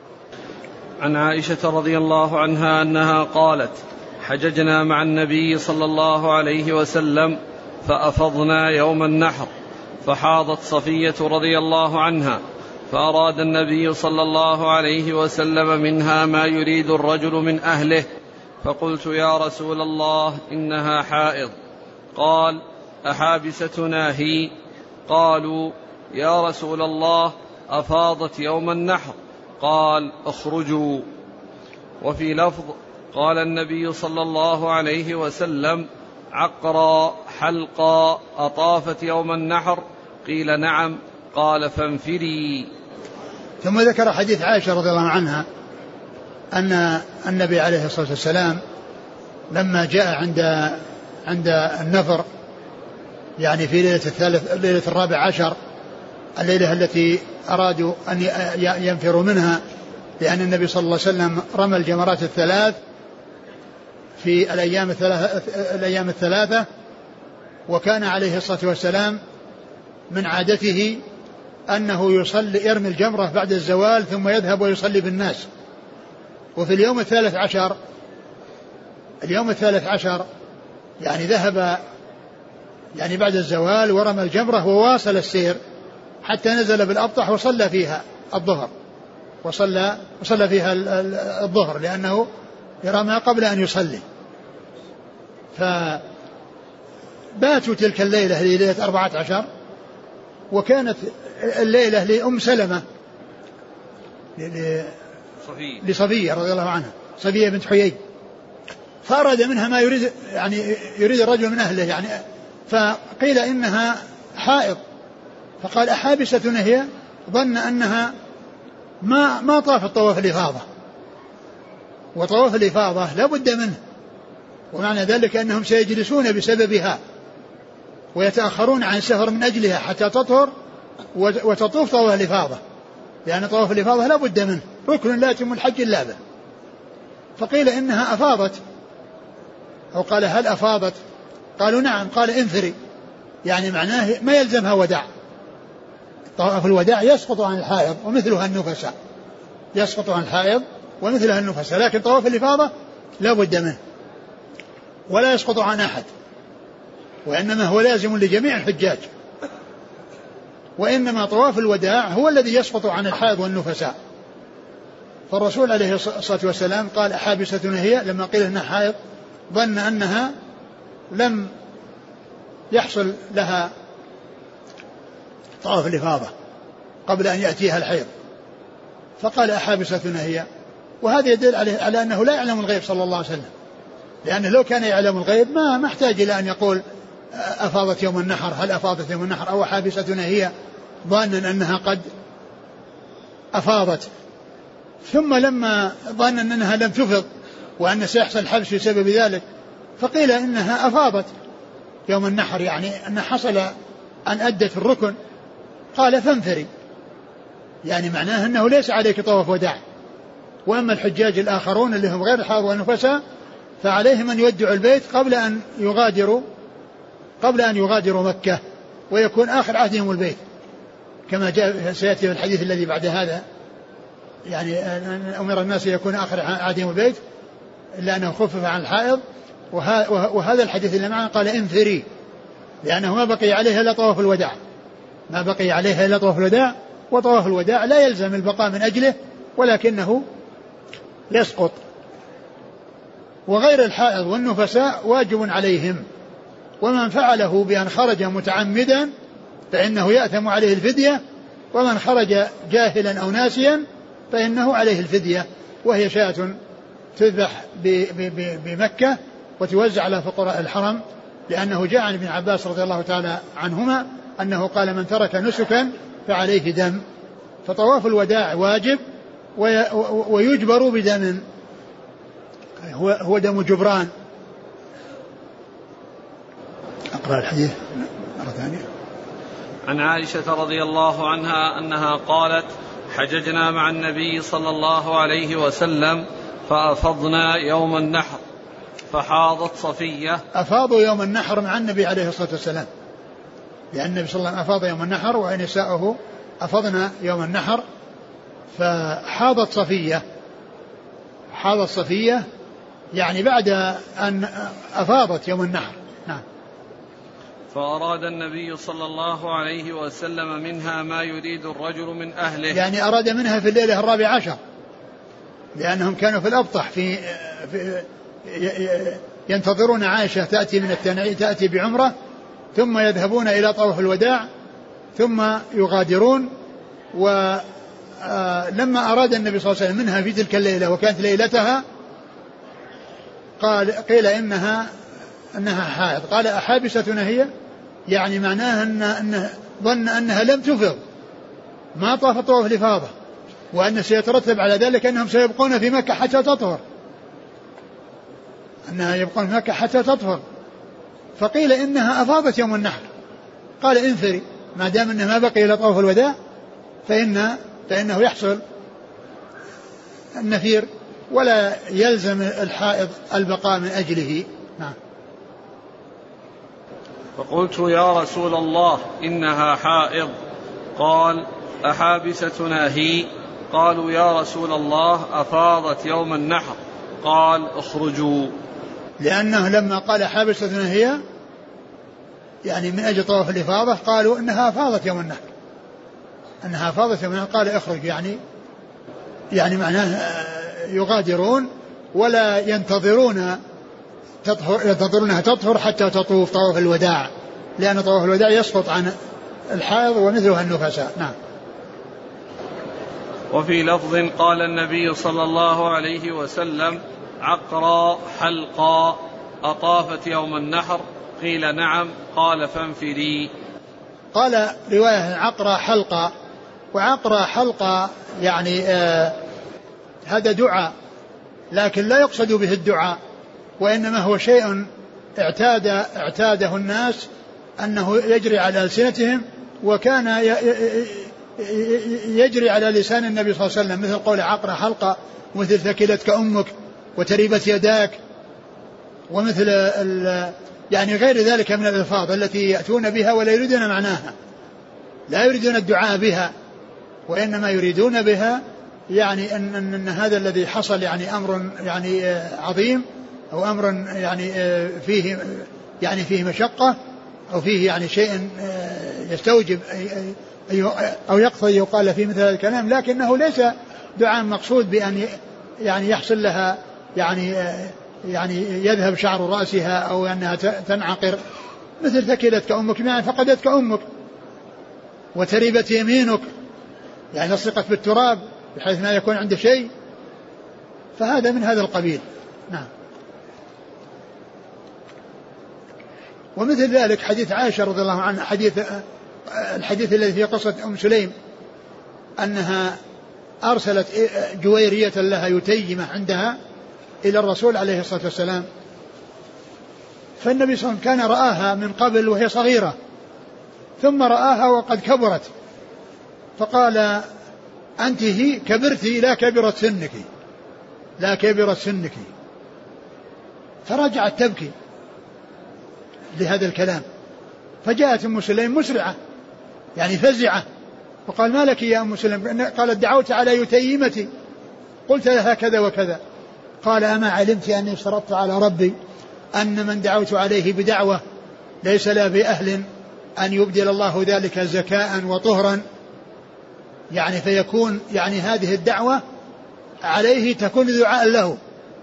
عن عائشة رضي الله عنها أنها قالت حججنا مع النبي صلى الله عليه وسلم فأفضنا يوم النحر، فحاضت صفية رضي الله عنها، فأراد النبي صلى الله عليه وسلم منها ما يريد الرجل من أهله، فقلت يا رسول الله إنها حائض. قال أحابستنا هي؟ قالوا يا رسول الله أفاضت يوم النحر. قال اخرجوا. وفي لفظ قال النبي صلى الله عليه وسلم عقرا حلقا أطافت يوم النحر؟ قيل نعم. قال فانفري. ثم ذكر حديث عائشة رضي الله عنها أن النبي عليه الصلاة والسلام لما جاء عند عند النفر يعني في ليلة الثالث ليلة الرابع عشر، الليلة التي أرادوا أن ينفروا منها، لأن النبي صلى الله عليه وسلم رمى الجمرات الثلاث في الأيام الثلاثة, الأيام الثلاثة وكان عليه الصلاة والسلام من عادته أنه يصلي يرمي الجمرة بعد الزوال ثم يذهب ويصلي بالناس. وفي اليوم الثالث عشر اليوم الثالث عشر يعني ذهب يعني بعد الزوال ورمى الجمرة وواصل السير حتى نزل بالأبطح وصلى فيها الظهر وصلى وصلى فيها الظهر لأنه رمى قبل أن يصلي. فباتوا تلك الليلة ليلة أربعة عشر، وكانت الليلة لأم سلمة لصفية رضي الله عنها، صفية بنت حيي، فأراد منها ما يريد يعني يريد الرجل من أهله يعني، فقيل إنها حائض، فقال أحابستنا هي؟ ظن أنها ما ما طافت طواف الإفاضة، وطواف الإفاضة لا بد منه، ومعنى ذلك أنهم سيجلسون بسببها ويتأخرون عن السفر من أجلها حتى تطهر وتطوف طواف الإفاضة، لأن طواف الإفاضة لا بد منه، ركن لا يتم الحج إلا به. فقيل إنها أفاضت، أو قال هل أفاضت؟ قالوا نعم. قال انفري، يعني معناه ما يلزمها وداع، طواف الوداع يسقط عن الحائض ومثلها النفساء، يسقط عن الحائض ومثلها النفساء، لكن طواف الإفاضة لا بد منه ولا يسقط عن أحد، وإنما هو لازم لجميع الحجاج. وإنما طواف الوداع هو الذي يسقط عن الحائض والنفساء. فالرسول عليه الصلاة والسلام قال أحابستنا هي، لما قيل إنها حائض ظن أنها لم يحصل لها طواف الإفاضة قبل أن يأتيها الحيض، فقال أحابستنا هي. وهذا يدل عليه على أنه لا يعلم الغيب صلى الله عليه وسلم، لأنه لو كان يعلم الغيب ما محتاج إلى أن يقول أفاضت يوم النحر، هل أفاضت يوم النحر أو حابستنا هي، ظانا أنها قد أفاضت. ثم لما ظن أنها لم تفض وأن سيحصل حبس بسبب ذلك، فقيل إنها أفاضت يوم النحر، يعني أن حصل أن أدت الركن، قال فانفري، يعني معناه أنه ليس عليك طواف وداع. وأما الحجاج الآخرون اللي هم غير الحائض والنفساء فعليهم أن يودعوا البيت قبل أن يغادروا قبل أن يغادروا مكة، ويكون آخر عهدهم البيت، كما جاء سيأتي في الحديث الذي بعد هذا، يعني أمر الناس يكون آخر عهدهم البيت إلا أنه خفف عن الحائض. وهذا الحديث اللي معنا قال انفري، لأنه ما بقي عليها إلا طواف الوداع، ما بقي عليها إلا طواف الوداع، وطواف الوداع لا يلزم البقاء من أجله ولكنه يسقط. وغير الحائض والنفساء واجب عليهم، ومن فعله بأن خرج متعمدا فإنه يأثم عليه الفدية، ومن خرج جاهلا أو ناسيا فإنه عليه الفدية، وهي شاة تذبح بمكة وتوزع على فقراء الحرم، لأنه جاء عن ابن عباس رضي الله تعالى عنهما أنه قال من ترك نسكا فعليه دم. فطواف الوداع واجب ويجبر بدم، هو, هو دم جبران. أقرأ الحديث مرة ثانية. عن عائشة رضي الله عنها أنها قالت حججنا مع النبي صلى الله عليه وسلم فأفضنا يوم النحر فحاضت صفية. أفاضوا يوم النحر مع النبي عليه الصلاة والسلام، لأن النبي صلى الله عليه وسلم أفاض يوم النحر ونساؤه أفضنا يوم النحر، فحاضت صفية. حاضت صفية يعني بعد أن أفاضت يوم النحر. نعم. فأراد النبي صلى الله عليه وسلم منها ما يريد الرجل من أهله، يعني أراد منها في الليلة الرابع عشر، لأنهم كانوا في الأبطح في, في ينتظرون عائشة تأتي من التنعيم، تأتي بعمرة ثم يذهبون إلى طواف الوداع ثم يغادرون. ولما أراد النبي صلى الله عليه وسلم منها في تلك الليلة وكانت ليلتها قال قيل إنها أنها حائض، قال أحابستنا هي، يعني معناها أن أنه ظن أنها لم تفض، ما طاف طواف الإفاضة، وأن سيترتب على ذلك أنهم سيبقون في مكة حتى تطهر، أنها يبقون في مكة حتى تطهر. فقيل إنها أفاضت يوم النحر، قال انفري، ما دام أنه ما بقي إلى طواف الوداع فإن فإنه يحصل النفير ولا يلزم الحائض البقاء من أجله. نعم. فقلت يا رسول الله إنها حائض، قال أحابستنا هي؟ قالوا يا رسول الله أفاضت يوم النحر، قال اخرجوا. لأنه لما قال حابستنا هي يعني من أجل طواف الإفاضة قالوا إنها أفاضت يوم النحر، أنها أفاضت يوم النحر، قال اخرج، يعني يعني معناه يغادرون ولا ينتظرون تطهر ينتظرونها تطهر حتى تطوف طواف الوداع، لأن طواف الوداع يسقط عن الحائض ومثلها النفساء. نعم. وفي لفظ قال النبي صلى الله عليه وسلم عقرا حلقا أطافت يوم النحر؟ قيل نعم، قال فانفري. قال رواية عقرا حلقا، وعقرا حلقا يعني آه هذا دعاء، لكن لا يقصد به الدعاء، وإنما هو شيء اعتاد اعتاده الناس أنه يجري على ألسنتهم، وكان يجري على لسان النبي صلى الله عليه وسلم، مثل قول عقرا حلقة، مثل ثكلتك أمك وتريبت يداك، ومثل يعني غير ذلك من الألفاظ التي يأتون بها ولا يريدون معناها، لا يريدون الدعاء بها، وإنما يريدون بها يعني أن, أن, أن هذا الذي حصل يعني أمر يعني عظيم، أو أمر يعني فيه يعني فيه مشقة، أو فيه يعني شيء يستوجب أو يقتضي يقال في مثل هذا الكلام، لكنه ليس دعاء مقصود بأن يعني يحصل لها يعني يعني يذهب شعر رأسها أو أنها تنعقر، مثل ثكلتك أمك يعني فقدتك أمك وتربت يمينك، يعني لصقت بالتراب بحيث ما يكون عنده شيء، فهذا من هذا القبيل. نعم. ومثل ذلك حديث عائشة رضي الله عنها، حديث الحديث الذي في قصة أم سليم أنها أرسلت جويرية لها يتيمة عندها إلى الرسول عليه الصلاة والسلام، فالنبي صلى الله عليه وسلم كان رآها من قبل وهي صغيرة ثم رآها وقد كبرت، فقال أنت هي كبرتي لا كبرت سنك لا كبرت سنك، فرجعت تبكي لهذا الكلام، فجاءت أم سليم مسرعة يعني فزعة، فقال ما لك يا أم سليم؟ قالت دعوت على يتيمتي قلت لها كذا وكذا. قال أما علمت أني اشترطت على ربي أن من دعوت عليه بدعوة ليس لا بأهل أن يبدل الله ذلك زكاء وطهرا، يعني فيكون يعني هذه الدعوة عليه تكون دعاء له.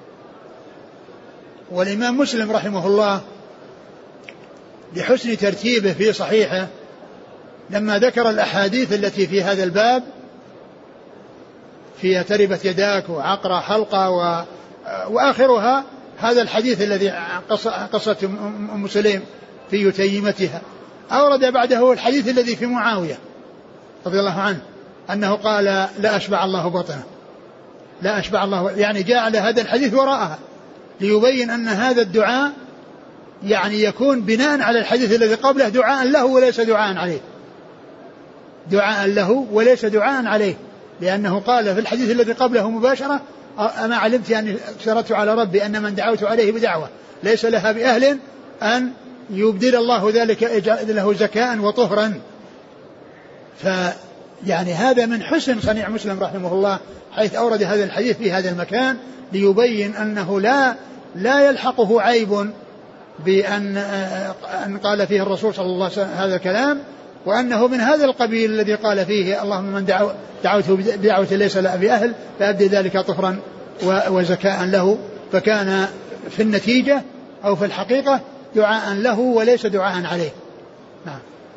والإمام مسلم رحمه الله لحسن ترتيبه في صحيحه لما ذكر الأحاديث التي في هذا الباب في تربت يداك وعقر حلقة و... وآخرها هذا الحديث الذي قصة أم سليم في يتيمتها، أورد بعده الحديث الذي في معاوية رضي الله عنه أنه قال لا أشبع الله بطنه لا أشبع الله، يعني جاء على هذا الحديث وراءها ليبين أن هذا الدعاء يعني يكون بناء على الحديث الذي قبله دعاء له وليس دعاء عليه دعاء له وليس دعاء عليه، لأنه قال في الحديث الذي قبله مباشرة أما علمت أني اشترطت على ربي أن من دعوت عليه بدعوة ليس لها بأهل أن يبدل الله ذلك له زكاء وطهرا. فيعني هذا من حسن صنيع مسلم رحمه الله حيث أورد هذا الحديث في هذا المكان ليبين أنه لا لا يلحقه عيب بأن أن قال فيه الرسول صلى الله عليه وسلم هذا الكلام، وأنه من هذا القبيل الذي قال فيه اللهم من دعو دعوته بدعوة ليس له بأهل فأبدي ذلك طهرا وزكاء له، فكان في النتيجة أو في الحقيقة دعاء له وليس دعاء عليه. نعم.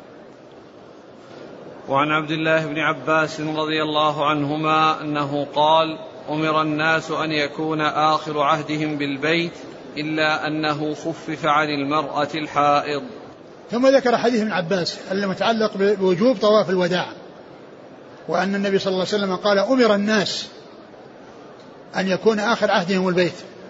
وعن عبد الله بن عباس رضي الله عنهما أنه قال أمر الناس أن يكون آخر عهدهم بالبيت إلا أنه خفف عن المرأة الحائض. ثم ذكر حديث ابن عباس المتعلق بوجوب طواف الوداع، وأن النبي صلى الله عليه وسلم قال أمر الناس أن يكون آخر عهدهم البيت،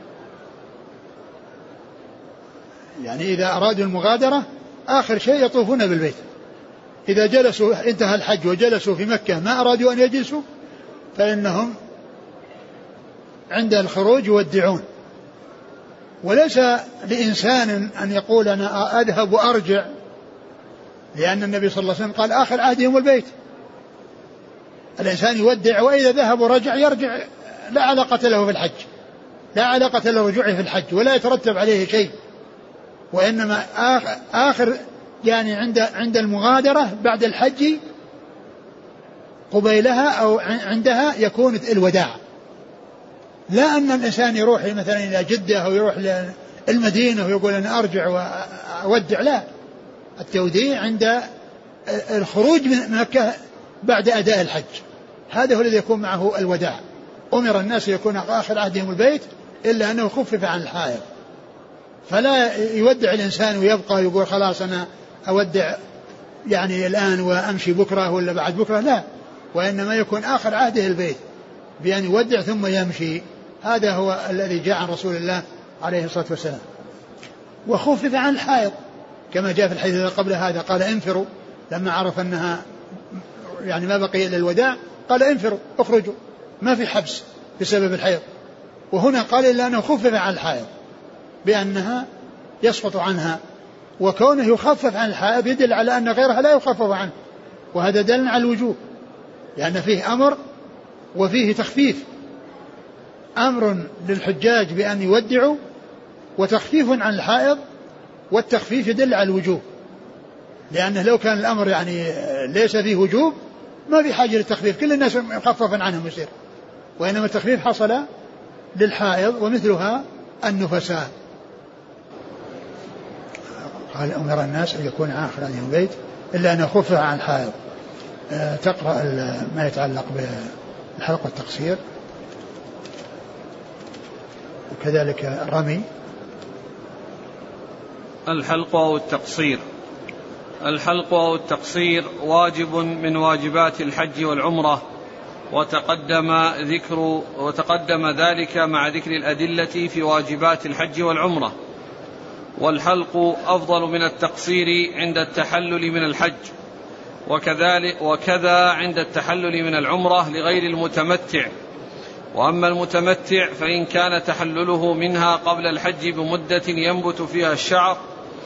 يعني إذا أرادوا المغادرة آخر شيء يطوفون بالبيت، إذا جلسوا انتهى الحج وجلسوا في مكة ما أرادوا أن يجلسوا فإنهم عند الخروج يودعون، وليس لإنسان أن يقول أنا أذهب وأرجع، لأن النبي صلى الله عليه وسلم قال آخر عهدهم البيت، الإنسان يودع وإذا ذهب ورجع يرجع لا علاقة له في الحج، لا علاقة له رجوعه في الحج ولا يترتب عليه شيء، وإنما آخر يعني عند عند المغادرة بعد الحج قبيلها أو عندها يكون الوداع، لا أن الإنسان يروح مثلا إلى جدة أو يروح للمدينة ويقول أنا أرجع وأودع، لا، التوديع عند الخروج من مكة بعد أداء الحج، هذا هو الذي يكون معه الوداع. أمر الناس يكون آخر عهدهم البيت إلا أنه خفف عن الحائض، فلا يودع الإنسان ويبقى يقول خلاص أنا أودع يعني الآن وأمشي بكرة ولا بعد بكرة، لا، وإنما يكون آخر عهده البيت بأن يودع ثم يمشي، هذا هو الذي جاء عن رسول الله عليه الصلاة والسلام. وخفف عن الحائض كما جاء في الحديث قبل هذا قال انفروا، لما عرف أنها يعني ما بقي إلا الوداع قال انفروا اخرجوا، ما في حبس بسبب الحيض، وهنا قال إلا أنه خفف عن الحائض بأنها يسقط عنها، وكونه يخفف عن الحائض يدل على أن غيرها لا يخفف عنه، وهذا دل على الوجوب، لأن فيه أمر وفيه تخفيف، أمر للحجاج بأن يودعوا وتخفيف عن الحائض، والتخفيف يدل على الوجوب، لأنه لو كان الأمر يعني ليس فيه وجوب ما في حاجة للتخفيف، كل الناس مخففا عنهم يصير، وإنما التخفيف حصل للحائض ومثلها النفساء. قال أمر الناس أن يكون آخر هذه البيت إلا أن يخفف عن الحائض. أه تقرأ ما يتعلق بالحلق والتقصير، وكذلك الرمي. الحلق أو التقصير. الحلق أو التقصير واجب من واجبات الحج والعمرة، وتقدم ذكر وتقدم ذلك مع ذكر الأدلة في واجبات الحج والعمرة. والحلق أفضل من التقصير عند التحلل من الحج، وكذلك وكذا عند التحلل من العمرة لغير المتمتع. وأما المتمتع فإن كان تحلله منها قبل الحج بمدة ينبت فيها الشعر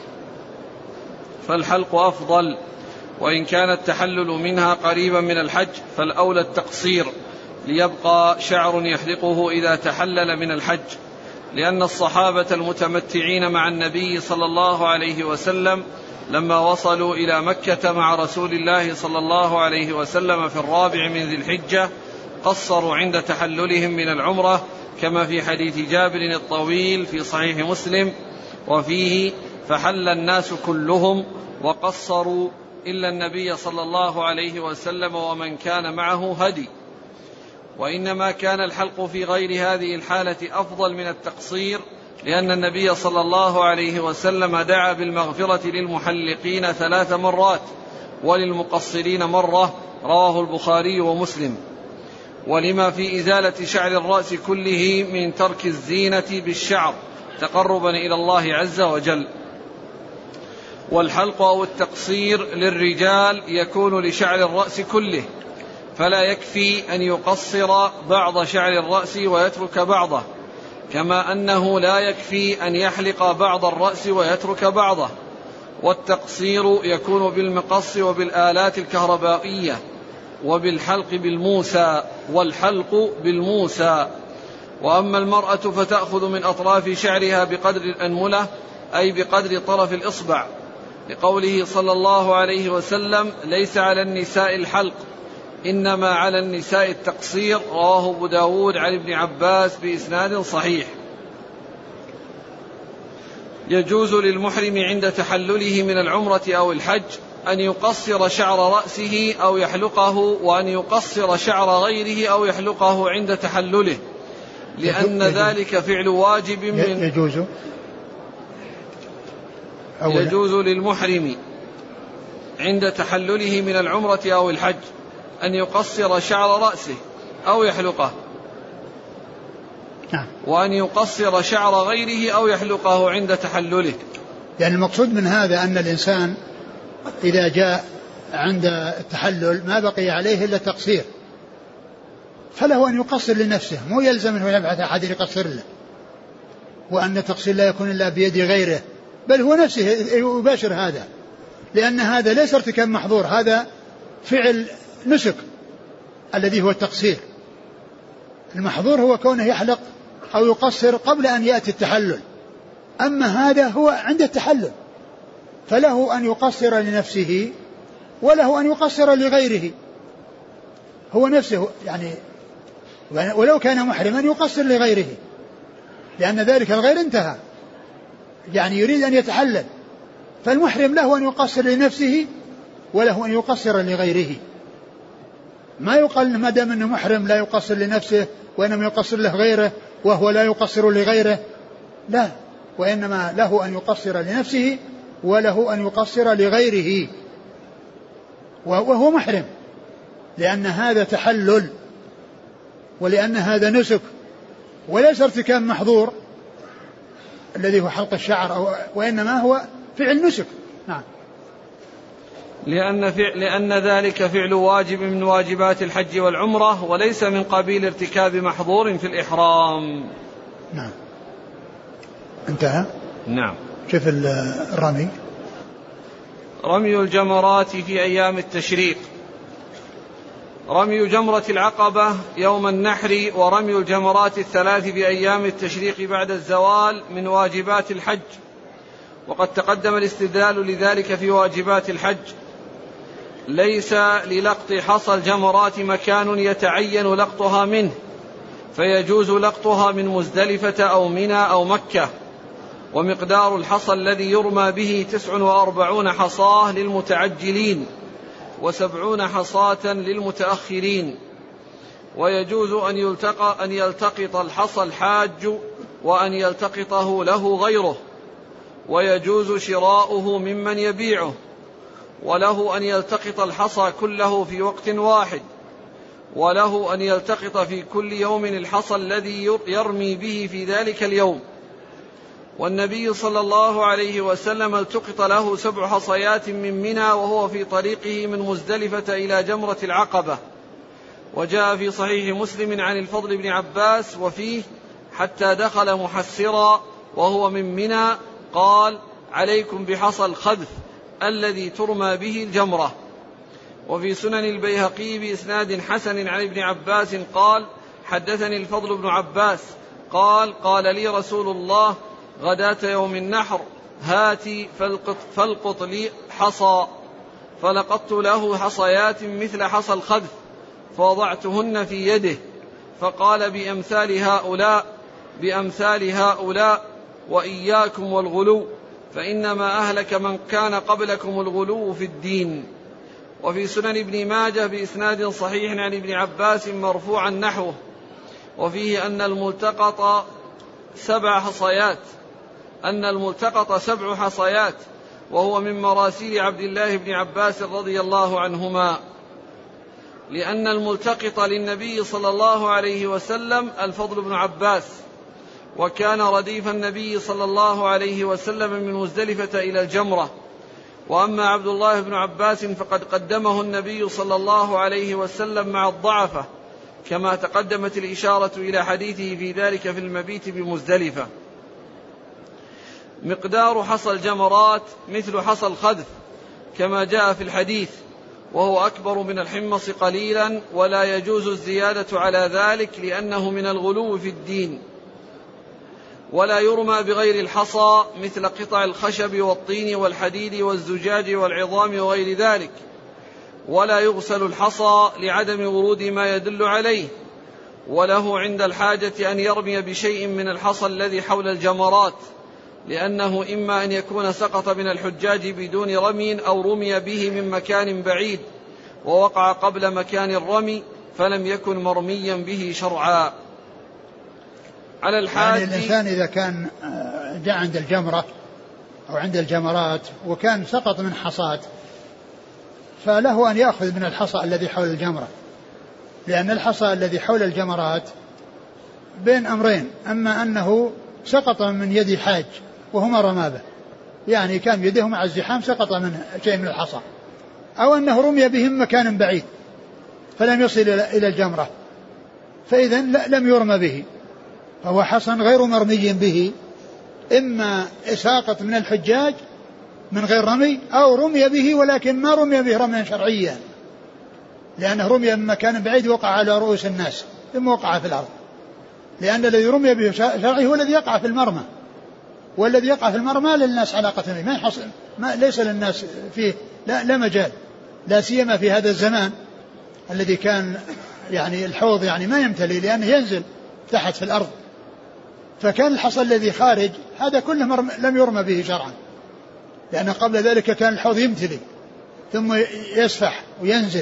فالحلق أفضل، وإن كان التحلل منها قريبا من الحج فالأولى التقصير، ليبقى شعر يحلقه إذا تحلل من الحج، لأن الصحابة المتمتعين مع النبي صلى الله عليه وسلم لما وصلوا إلى مكة مع رسول الله صلى الله عليه وسلم في الرابع من ذي الحجة قصروا عند تحللهم من العمرة، كما في حديث جابر الطويل في صحيح مسلم، وفيه فحل الناس كلهم وقصروا إلا النبي صلى الله عليه وسلم ومن كان معه هدي. وإنما كان الحلق في غير هذه الحالة أفضل من التقصير، لأن النبي صلى الله عليه وسلم دعا بالمغفرة للمحلقين ثلاث مرات وللمقصرين مرة، رواه البخاري ومسلم. ولما في إزالة شعر الرأس كله من ترك الزينة بالشعر تقربا إلى الله عز وجل. والحلق أو التقصير للرجال يكون لشعر الرأس كله، فلا يكفي أن يقصر بعض شعر الرأس ويترك بعضه، كما أنه لا يكفي أن يحلق بعض الرأس ويترك بعضه. والتقصير يكون بالمقص وبالآلات الكهربائية، وبالحلق بالموسى، والحلق بالموسى. وأما المرأة فتأخذ من أطراف شعرها بقدر الأنملة، أي بقدر طرف الإصبع، لقوله صلى الله عليه وسلم ليس على النساء الحلق إنما على النساء التقصير، رواه أبو داود عن ابن عباس بإسناد صحيح. يجوز للمحرم عند تحلله من العمرة أو الحج أن يقصر شعر رأسه أو يحلقه، وأن يقصر شعر غيره أو يحلقه عند تحلله، لأن ذلك فعل واجب من يجوز يجوز للمحرم عند تحلله من العمرة أو الحج أن يقصر شعر رأسه أو يحلقه، وأن يقصر شعر غيره أو يحلقه عند تحلله. يعني المقصود من هذا أن الإنسان إذا جاء عند التحلل ما بقي عليه إلا التقصير، فله أن يقصر لنفسه، مو يلزم أنه يبعث أحد يقصر له، وأن التقصير لا يكون إلا بيد غيره، بل هو نفسه يباشر هذا، لأن هذا ليس ارتكاب محظور، هذا فعل نسك الذي هو التقصير. المحظور هو كونه يحلق أو يقصر قبل أن يأتي التحلل، أما هذا هو عند التحلل، فله أن يقصر لنفسه وله أن يقصر لغيره، هو نفسه يعني، ولو كان محرما يقصر لغيره، لأن ذلك الغير انتهى، يعني يريد أن يتحلل، فالمحرم له أن يقصر لنفسه وله أن يقصر لغيره. ما يقال ما دام أنه محرم لا يقصر لنفسه وإنما يقصر له غيره وهو لا يقصر لغيره، لا، وإنما له أن يقصر لنفسه وله أن يقصر لغيره وهو محرم، لأن هذا تحلل ولأن هذا نسك وليس ارتكاب محظور الذي هو حلق الشعر، أو وإنما هو فعل نسك. نعم. لأن, فعل لأن ذلك فعل واجب من واجبات الحج والعمرة، وليس من قبيل ارتكاب محظور في الإحرام. نعم. انتهى. نعم. كيف الرمي؟ رمي الجمرات في أيام التشريق. رمي جمرة العقبة يوم النحر ورمي الجمرات الثلاث في أيام التشريق بعد الزوال من واجبات الحج، وقد تقدم الاستدلال لذلك في واجبات الحج. ليس للقط حصى الجمرات مكان يتعين لقطها منه، فيجوز لقطها من مزدلفة أو منى أو مكة. ومقدار الحصى الذي يرمى به تسع وأربعون حصاة للمتعجلين وسبعون حصاة للمتأخرين. ويجوز أن يلتقط, أن يلتقط الحصى الحاج وأن يلتقطه له غيره، ويجوز شراؤه ممن يبيعه، وله أن يلتقط الحصى كله في وقت واحد، وله أن يلتقط في كل يوم الحصى الذي يرمي به في ذلك اليوم. والنبي صلى الله عليه وسلم التقط له سبع حصيات من منى وهو في طريقه من مزدلفة إلى جمرة العقبة. وجاء في صحيح مسلم عن الفضل بن عباس وفيه: حتى دخل محسرا وهو من منى قال: عليكم بحصى الخذف الذي ترمى به الجمرة. وفي سنن البيهقي بإسناد حسن عن ابن عباس قال: حدثني الفضل بن عباس قال: قال لي رسول الله غداة يوم النحر: هاتي فالقط, فالقط لي حصى، فلقطت له حصيات مثل حصى الخذف فوضعتهن في يده، فقال: بأمثال هؤلاء بأمثال هؤلاء وإياكم والغلو، فإنما أهلك من كان قبلكم الغلو في الدين. وفي سنن ابن ماجه بإسناد صحيح عن ابن عباس مرفوعا نحوه، وفيه أن الملتقط سبع حصيات أن الملتقط سبع حصيات وهو من مراسيل عبد الله بن عباس رضي الله عنهما، لأن الملتقط للنبي صلى الله عليه وسلم الفضل بن عباس، وكان رديف النبي صلى الله عليه وسلم من مزدلفة إلى الجمرة. وأما عبد الله بن عباس فقد قدمه النبي صلى الله عليه وسلم مع الضعفة، كما تقدمت الإشارة إلى حديثه في ذلك في المبيت بمزدلفة. مقدار حصى الجمرات مثل حصى الخذف كما جاء في الحديث، وهو أكبر من الحمص قليلا، ولا يجوز الزيادة على ذلك لأنه من الغلو في الدين. ولا يرمى بغير الحصى مثل قطع الخشب والطين والحديد والزجاج والعظام وغير ذلك. ولا يغسل الحصى لعدم ورود ما يدل عليه. وله عند الحاجة أن يرمي بشيء من الحصى الذي حول الجمرات، لأنه إما أن يكون سقط من الحجاج بدون رمي أو رمي به من مكان بعيد ووقع قبل مكان الرمي فلم يكن مرميا به شرعا. على الحاج يعني الإنسان إذا كان جاء عند الجمرة أو عند الجمرات وكان سقط من حصاة، فله أن يأخذ من الحصى الذي حول الجمرة، لأن الحصى الذي حول الجمرات بين أمرين: أما أنه سقط من يد حاج وهما رمى به، يعني كان يده مع الزحام سقط منه شيء من الحصى، أو أنه رمي بهم مكان بعيد فلم يصل إلى الجمرة، فإذا لم يرمى به، فهو حصى غير مرمي به، إما ساقط من الحجاج من غير رمي أو رمي به ولكن ما رمي به رميا شرعيا، لأنه رمي من مكان بعيد وقع على رؤوس الناس ثم وقع في الأرض، لأن الذي رمي به شرعي هو الذي يقع في المرمى، والذي يقع في المرمى للناس علاقة به، ما يحصل ما ليس للناس فيه لا, لا مجال، لا سيما في هذا الزمان الذي كان يعني الحوض يعني ما يمتلي لأنه ينزل تحت في الأرض، فكان الحصى الذي خارج هذا كله لم يرمى به شرعا، لأن قبل ذلك كان الحوض يمتلي ثم يسفح وينزل.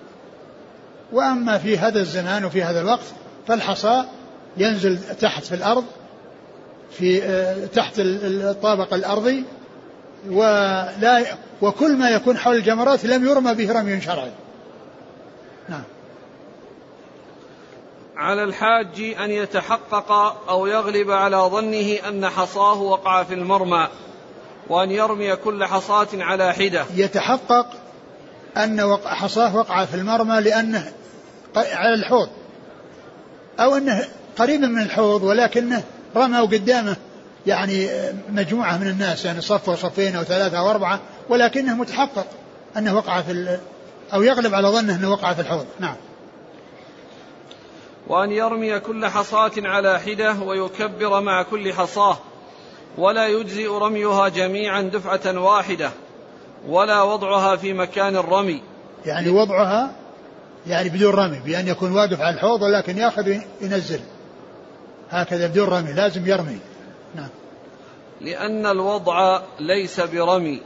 وأما في هذا الزمان وفي هذا الوقت فالحصى ينزل تحت في الأرض في تحت الطابق الأرضي، ولا وكل ما يكون حول الجمرات لم يرمى به رمي شرعي. نعم. على الحاج أن يتحقق أو يغلب على ظنه أن حصاه وقع في المرمى، وأن يرمي كل حصاة على حدة. يتحقق أن حصاه وقع في المرمى لأنه على الحوض، أو أنه قريب من الحوض ولكنه رمى قدامه يعني مجموعة من الناس، يعني صف وصفين أو ثلاثة أو أربعة، ولكنه متحقق أنه وقع في أو يغلب على ظنه أنه وقع في الحوض. نعم. وأن يرمي كل حصاة على حدة ويكبر مع كل حصاة، ولا يجزئ رميها جميعا دفعة واحدة ولا وضعها في مكان الرمي. يعني وضعها يعني بدون رمي، بأن يكون واقف على الحوض ولكن يأخذ ينزل هكذا بدون رمي، لازم يرمي. نعم. لأن الوضع ليس برمي.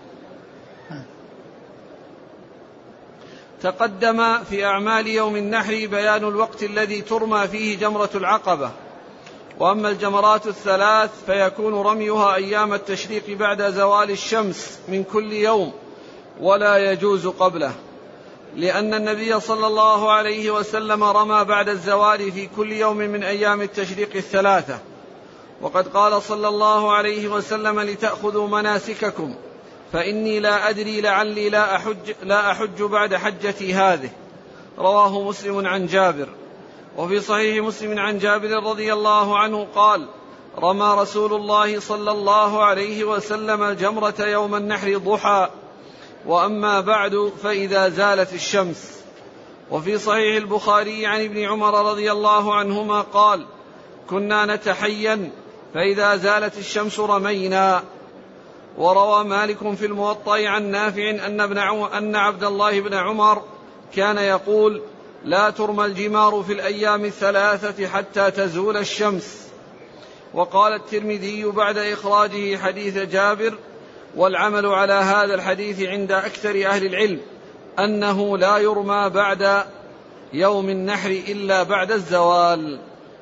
تقدم في أعمال يوم النحر بيان الوقت الذي ترمى فيه جمرة العقبة، وأما الجمرات الثلاث فيكون رميها أيام التشريق بعد زوال الشمس من كل يوم ولا يجوز قبله، لأن النبي صلى الله عليه وسلم رمى بعد الزوال في كل يوم من أيام التشريق الثلاثة، وقد قال صلى الله عليه وسلم لتأخذوا مناسككم فإني لا أدري لعلي لا أحج, لا أحج بعد حجتي هذه. رواه مسلم عن جابر. وفي صحيح مسلم عن جابر رضي الله عنه قال رمى رسول الله صلى الله عليه وسلم الجمرة يوم النحر ضحى، وأما بعد فإذا زالت الشمس. وفي صحيح البخاري عن ابن عمر رضي الله عنهما قال كنا نتحين فإذا زالت الشمس رمينا. وروى مالك في الموطأ عن نافع أن, ابن أن عبد الله بن عمر كان يقول لا ترمى الجمار في الأيام الثلاثة حتى تزول الشمس. وقال الترمذي بعد إخراجه حديث جابر والعمل على هذا الحديث عند أكثر أهل العلم أنه لا يرمى بعد يوم النحر إلا بعد الزوال.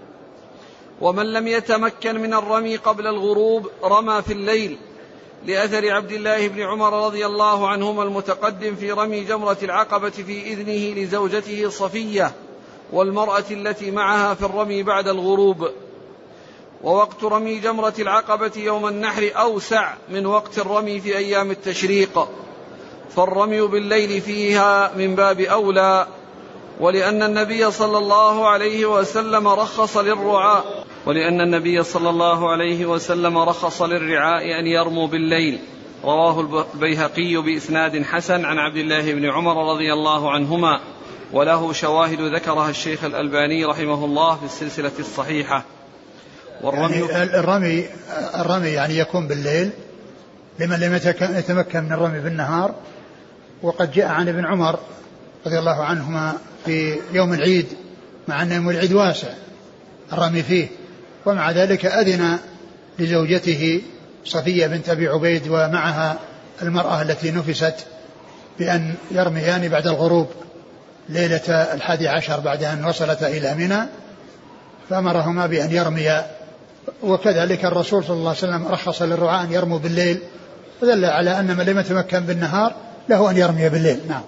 ومن لم يتمكن من الرمي قبل الغروب رمى في الليل، لأثر عبد الله بن عمر رضي الله عنهما المتقدم في رمي جمرة العقبة في إذنه لزوجته صفية والمرأة التي معها في الرمي بعد الغروب. ووقت رمي جمرة العقبة يوم النحر أوسع من وقت الرمي في أيام التشريق، فالرمي بالليل فيها من باب أولى، ولأن النبي صلى الله عليه وسلم رخص للرعاء ولأن النبي صلى الله عليه وسلم رخص للرعاء أن يرموا بالليل. رواه البيهقي بإسناد حسن عن عبد الله بن عمر رضي الله عنهما، وله شواهد ذكرها الشيخ الألباني رحمه الله في السلسلة الصحيحة. والرمي يعني الرمي الرمي يعني يكون بالليل لمن لم يتمكن من الرمي بالنهار. وقد جاء عن ابن عمر رضي الله عنهما في يوم العيد، مع أن يوم العيد واسع الرمي فيه، ومع ذلك أذن لزوجته صفية بنت أبي عبيد ومعها المرأة التي نفست بأن يرميان بعد الغروب ليلة الحادي عشر بعد أن وصلت إلى منى، فأمرهما بأن يرميا. وكذلك الرسول صلى الله عليه وسلم رخص للرعاة أن يرموا بالليل، ودل على أن من لم يتمكن بالنهار له أن يرمي بالليل. نعم.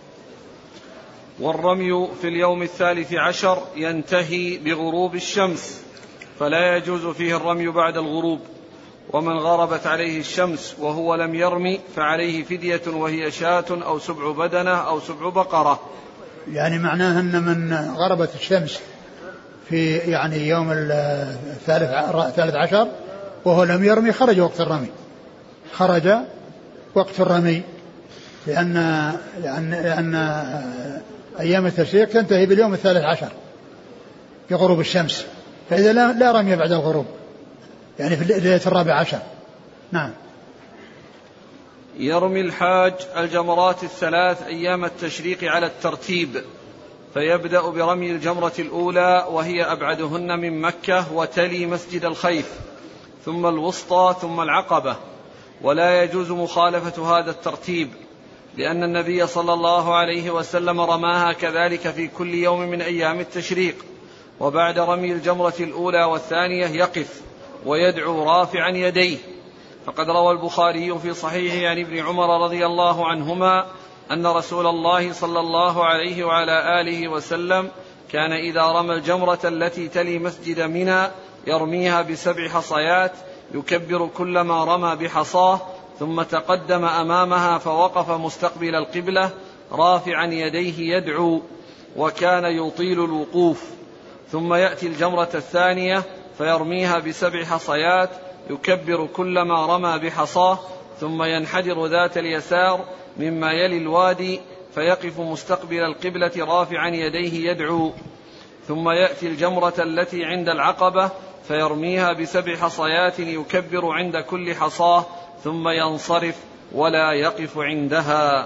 والرمي في اليوم الثالث عشر ينتهي بغروب الشمس، فلا يجوز فيه الرمي بعد الغروب. ومن غربت عليه الشمس وهو لم يرمي فعليه فدية وهي شاة أو سبع بدنة أو سبع بقرة. يعني معناه أن من غربت الشمس في يعني يوم الثالث عشر وهو لم يرمي خرج وقت الرمي، خرج وقت الرمي، لأن لأن, لأن أيام التشريق تنتهي باليوم الثالث عشر بغروب الشمس، فإذا لا, لا رمي بعد الغروب يعني في ليلة الرابع عشر. نعم. يرمي الحاج الجمرات الثلاث أيام التشريق على الترتيب، فيبدأ برمي الجمرة الأولى وهي أبعدهن من مكة وتلي مسجد الخيف، ثم الوسطى، ثم العقبة. ولا يجوز مخالفة هذا الترتيب، لأن النبي صلى الله عليه وسلم رماها كذلك في كل يوم من أيام التشريق. وبعد رمي الجمرة الأولى والثانية يقف ويدعو رافعا يديه، فقد روى البخاري في صحيحه عن ابن عمر رضي الله عنهما أن رسول الله صلى الله عليه وعلى آله وسلم كان إذا رمى الجمرة التي تلي مسجد منى يرميها بسبع حصيات، يكبر كلما رمى بحصاه، ثم تقدم أمامها فوقف مستقبل القبلة رافعا يديه يدعو، وكان يطيل الوقوف. ثم يأتي الجمرة الثانية فيرميها بسبع حصيات، يكبر كلما رمى بحصاه، ثم ينحدر ذات اليسار مما يلي الوادي فيقف مستقبل القبلة رافعا يديه يدعو. ثم يأتي الجمرة التي عند العقبة فيرميها بسبع حصيات يكبر عند كل حصاه ثم ينصرف ولا يقف عندها.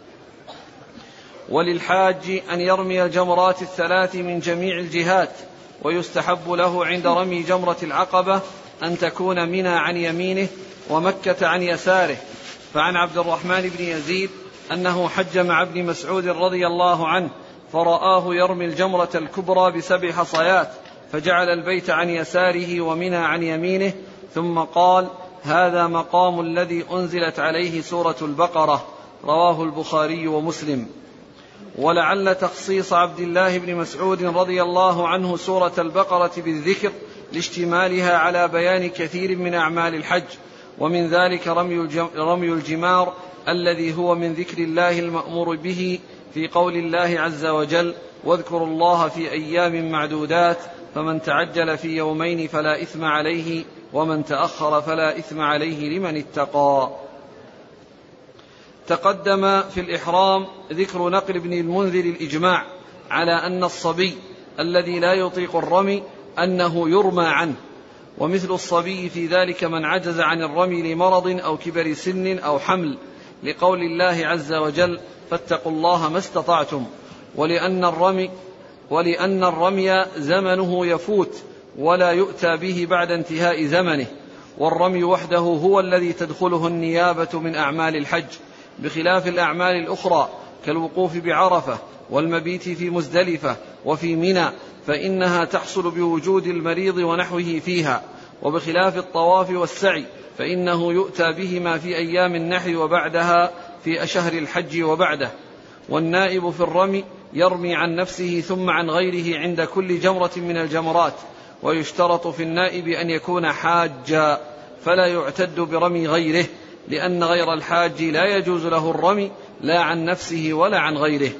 وللحاج أن يرمي الجمرات الثلاث من جميع الجهات، ويستحب له عند رمي جمرة العقبة أن تكون منى عن يمينه ومكة عن يساره. فعن عبد الرحمن بن يزيد أنه حج مع ابن مسعود رضي الله عنه فرآه يرمي الجمرة الكبرى بسبع حصيات، فجعل البيت عن يساره ومنى عن يمينه، ثم قال: هذا مقام الذي أنزلت عليه سورة البقرة. رواه البخاري ومسلم. ولعل تخصيص عبد الله بن مسعود رضي الله عنه سورة البقرة بالذكر لاشتمالها على بيان كثير من أعمال الحج، ومن ذلك رمي الجمار الذي هو من ذكر الله المأمور به في قول الله عز وجل: واذكروا الله في أيام معدودات، فمن تعجل في يومين فلا إثم عليه ومن تأخر فلا إثم عليه لمن اتقى. تقدم في الإحرام ذكر نقل ابن المنذر الإجماع على أن الصبي الذي لا يطيق الرمي أنه يرمى عنه، ومثل الصبي في ذلك من عجز عن الرمي لمرض أو كبر سن أو حمل، لقول الله عز وجل: فاتقوا الله ما استطعتم. ولأن الرمي, ولأن الرمي زمنه يفوت ولا يؤتى به بعد انتهاء زمنه، والرمي وحده هو الذي تدخله النيابة من أعمال الحج، بخلاف الأعمال الأخرى كالوقوف بعرفة والمبيت في مزدلفة وفي منى، فإنها تحصل بوجود المريض ونحوه فيها، وبخلاف الطواف والسعي فإنه يؤتى بهما في أيام النحر وبعدها في أشهر الحج وبعده. والنائب في الرمي يرمي عن نفسه ثم عن غيره عند كل جمرة من الجمرات، ويشترط في النائب أن يكون حاجا فلا يعتد برمي غيره، لأن غير الحاج لا يجوز له الرمي لا عن نفسه ولا عن غيره.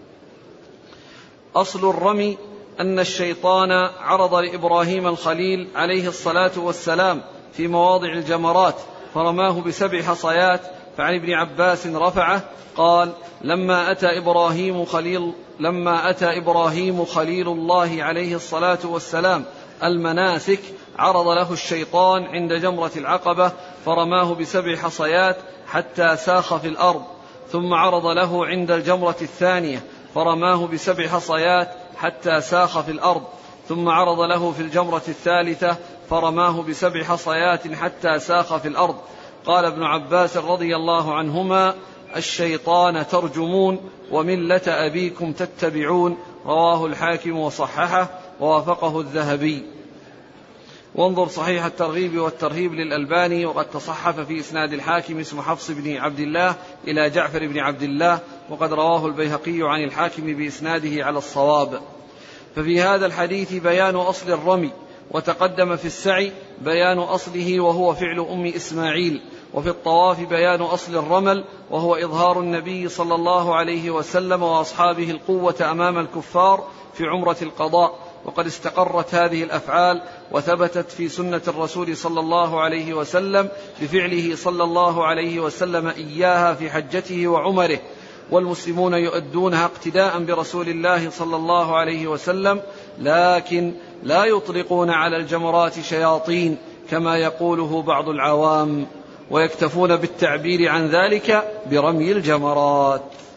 أصل الرمي أن الشيطان عرض لإبراهيم الخليل عليه الصلاة والسلام في مواضع الجمرات فرماه بسبع حصيات. فعن ابن عباس رفعه قال: لما أتى إبراهيم خليل لما أتى إبراهيم خليل الله عليه الصلاة والسلام المناسك عرض له الشيطان عند جمرة العقبة فرماه بسبع حصيات حتى ساخ في الأرض، ثم عرض له عند الجمرة الثانية فرماه بسبع حصيات حتى ساخ في الأرض، ثم عرض له في الجمرة الثالثة فرماه بسبع حصيات حتى ساخ في الأرض. قال ابن عباس رضي الله عنهما: الشيطان ترجمون وملة أبيكم تتبعون. رواه الحاكم وصححه ووافقه الذهبي. وانظر صحيح الترغيب والترهيب للألباني، وقد تصحف في إسناد الحاكم اسم حفص بن عبد الله إلى جعفر بن عبد الله، وقد رواه البيهقي عن الحاكم بإسناده على الصواب. ففي هذا الحديث بيان أصل الرمي، وتقدم في السعي بيان أصله وهو فعل أم إسماعيل، وفي الطواف بيان أصل الرمل وهو إظهار النبي صلى الله عليه وسلم وأصحابه القوة أمام الكفار في عمرة القضاء. وقد استقرت هذه الأفعال وثبتت في سنة الرسول صلى الله عليه وسلم بفعله صلى الله عليه وسلم إياها في حجته وعمره، والمسلمون يؤدونها اقتداء برسول الله صلى الله عليه وسلم، لكن لا يطلقون على الجمرات شياطين كما يقوله بعض العوام، ويكتفون بالتعبير عن ذلك برمي الجمرات.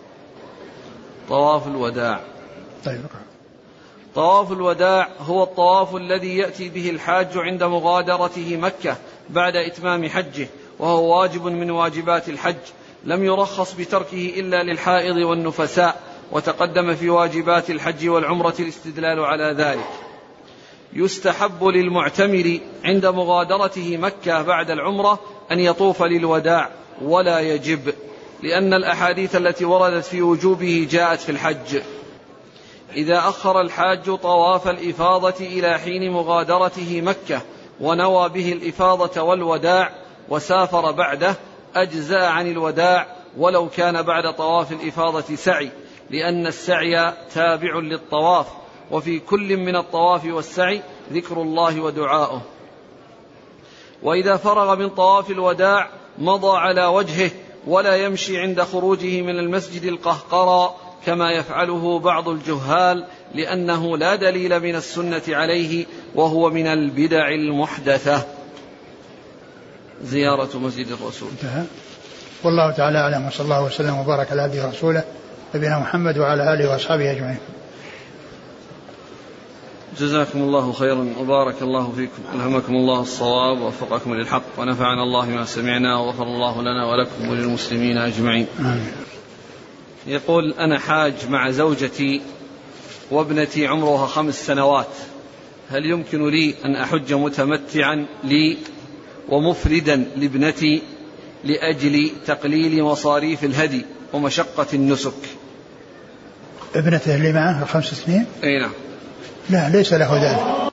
طواف الوداع. طيب. طواف الوداع هو الطواف الذي يأتي به الحاج عند مغادرته مكة بعد إتمام حجه، وهو واجب من واجبات الحج، لم يرخص بتركه إلا للحائض والنفساء، وتقدم في واجبات الحج والعمرة الاستدلال على ذلك. يستحب للمعتمر عند مغادرته مكة بعد العمرة أن يطوف للوداع ولا يجب، لأن الأحاديث التي وردت في وجوبه جاءت في الحج. إذا أخر الحاج طواف الإفاضة إلى حين مغادرته مكة ونوى به الإفاضة والوداع وسافر بعده أجزاء عن الوداع ولو كان بعد طواف الإفاضة سعي، لأن السعي تابع للطواف، وفي كل من الطواف والسعي ذكر الله ودعاؤه. وإذا فرغ من طواف الوداع مضى على وجهه ولا يمشي عند خروجه من المسجد القهقرى كما يفعله بعض الجهال، لأنه لا دليل من السنة عليه، وهو من البدع المحدثة زيارة مسجد الرسول. انتهى. والله تعالى أعلم، وصلى الله وسلم وبارك على عبده ورسوله نبينا محمد وعلى آله وأصحابه أجمعين. جزاكم الله خيرا وبارك الله فيكم، ألهمكم الله الصواب ووفقكم للحق، ونفعنا الله ما سمعنا وغفر الله لنا ولكم وللمسلمين أجمعين. آمين. يقول: أنا حاج مع زوجتي وابنتي عمرها خمس سنوات، هل يمكن لي أن أحج متمتعا لي ومفردا لابنتي لأجل تقليل مصاريف الهدي ومشقة النسك؟ ابنته اللي معه خمس سنين؟ أي نعم. لا، ليس له ذلك.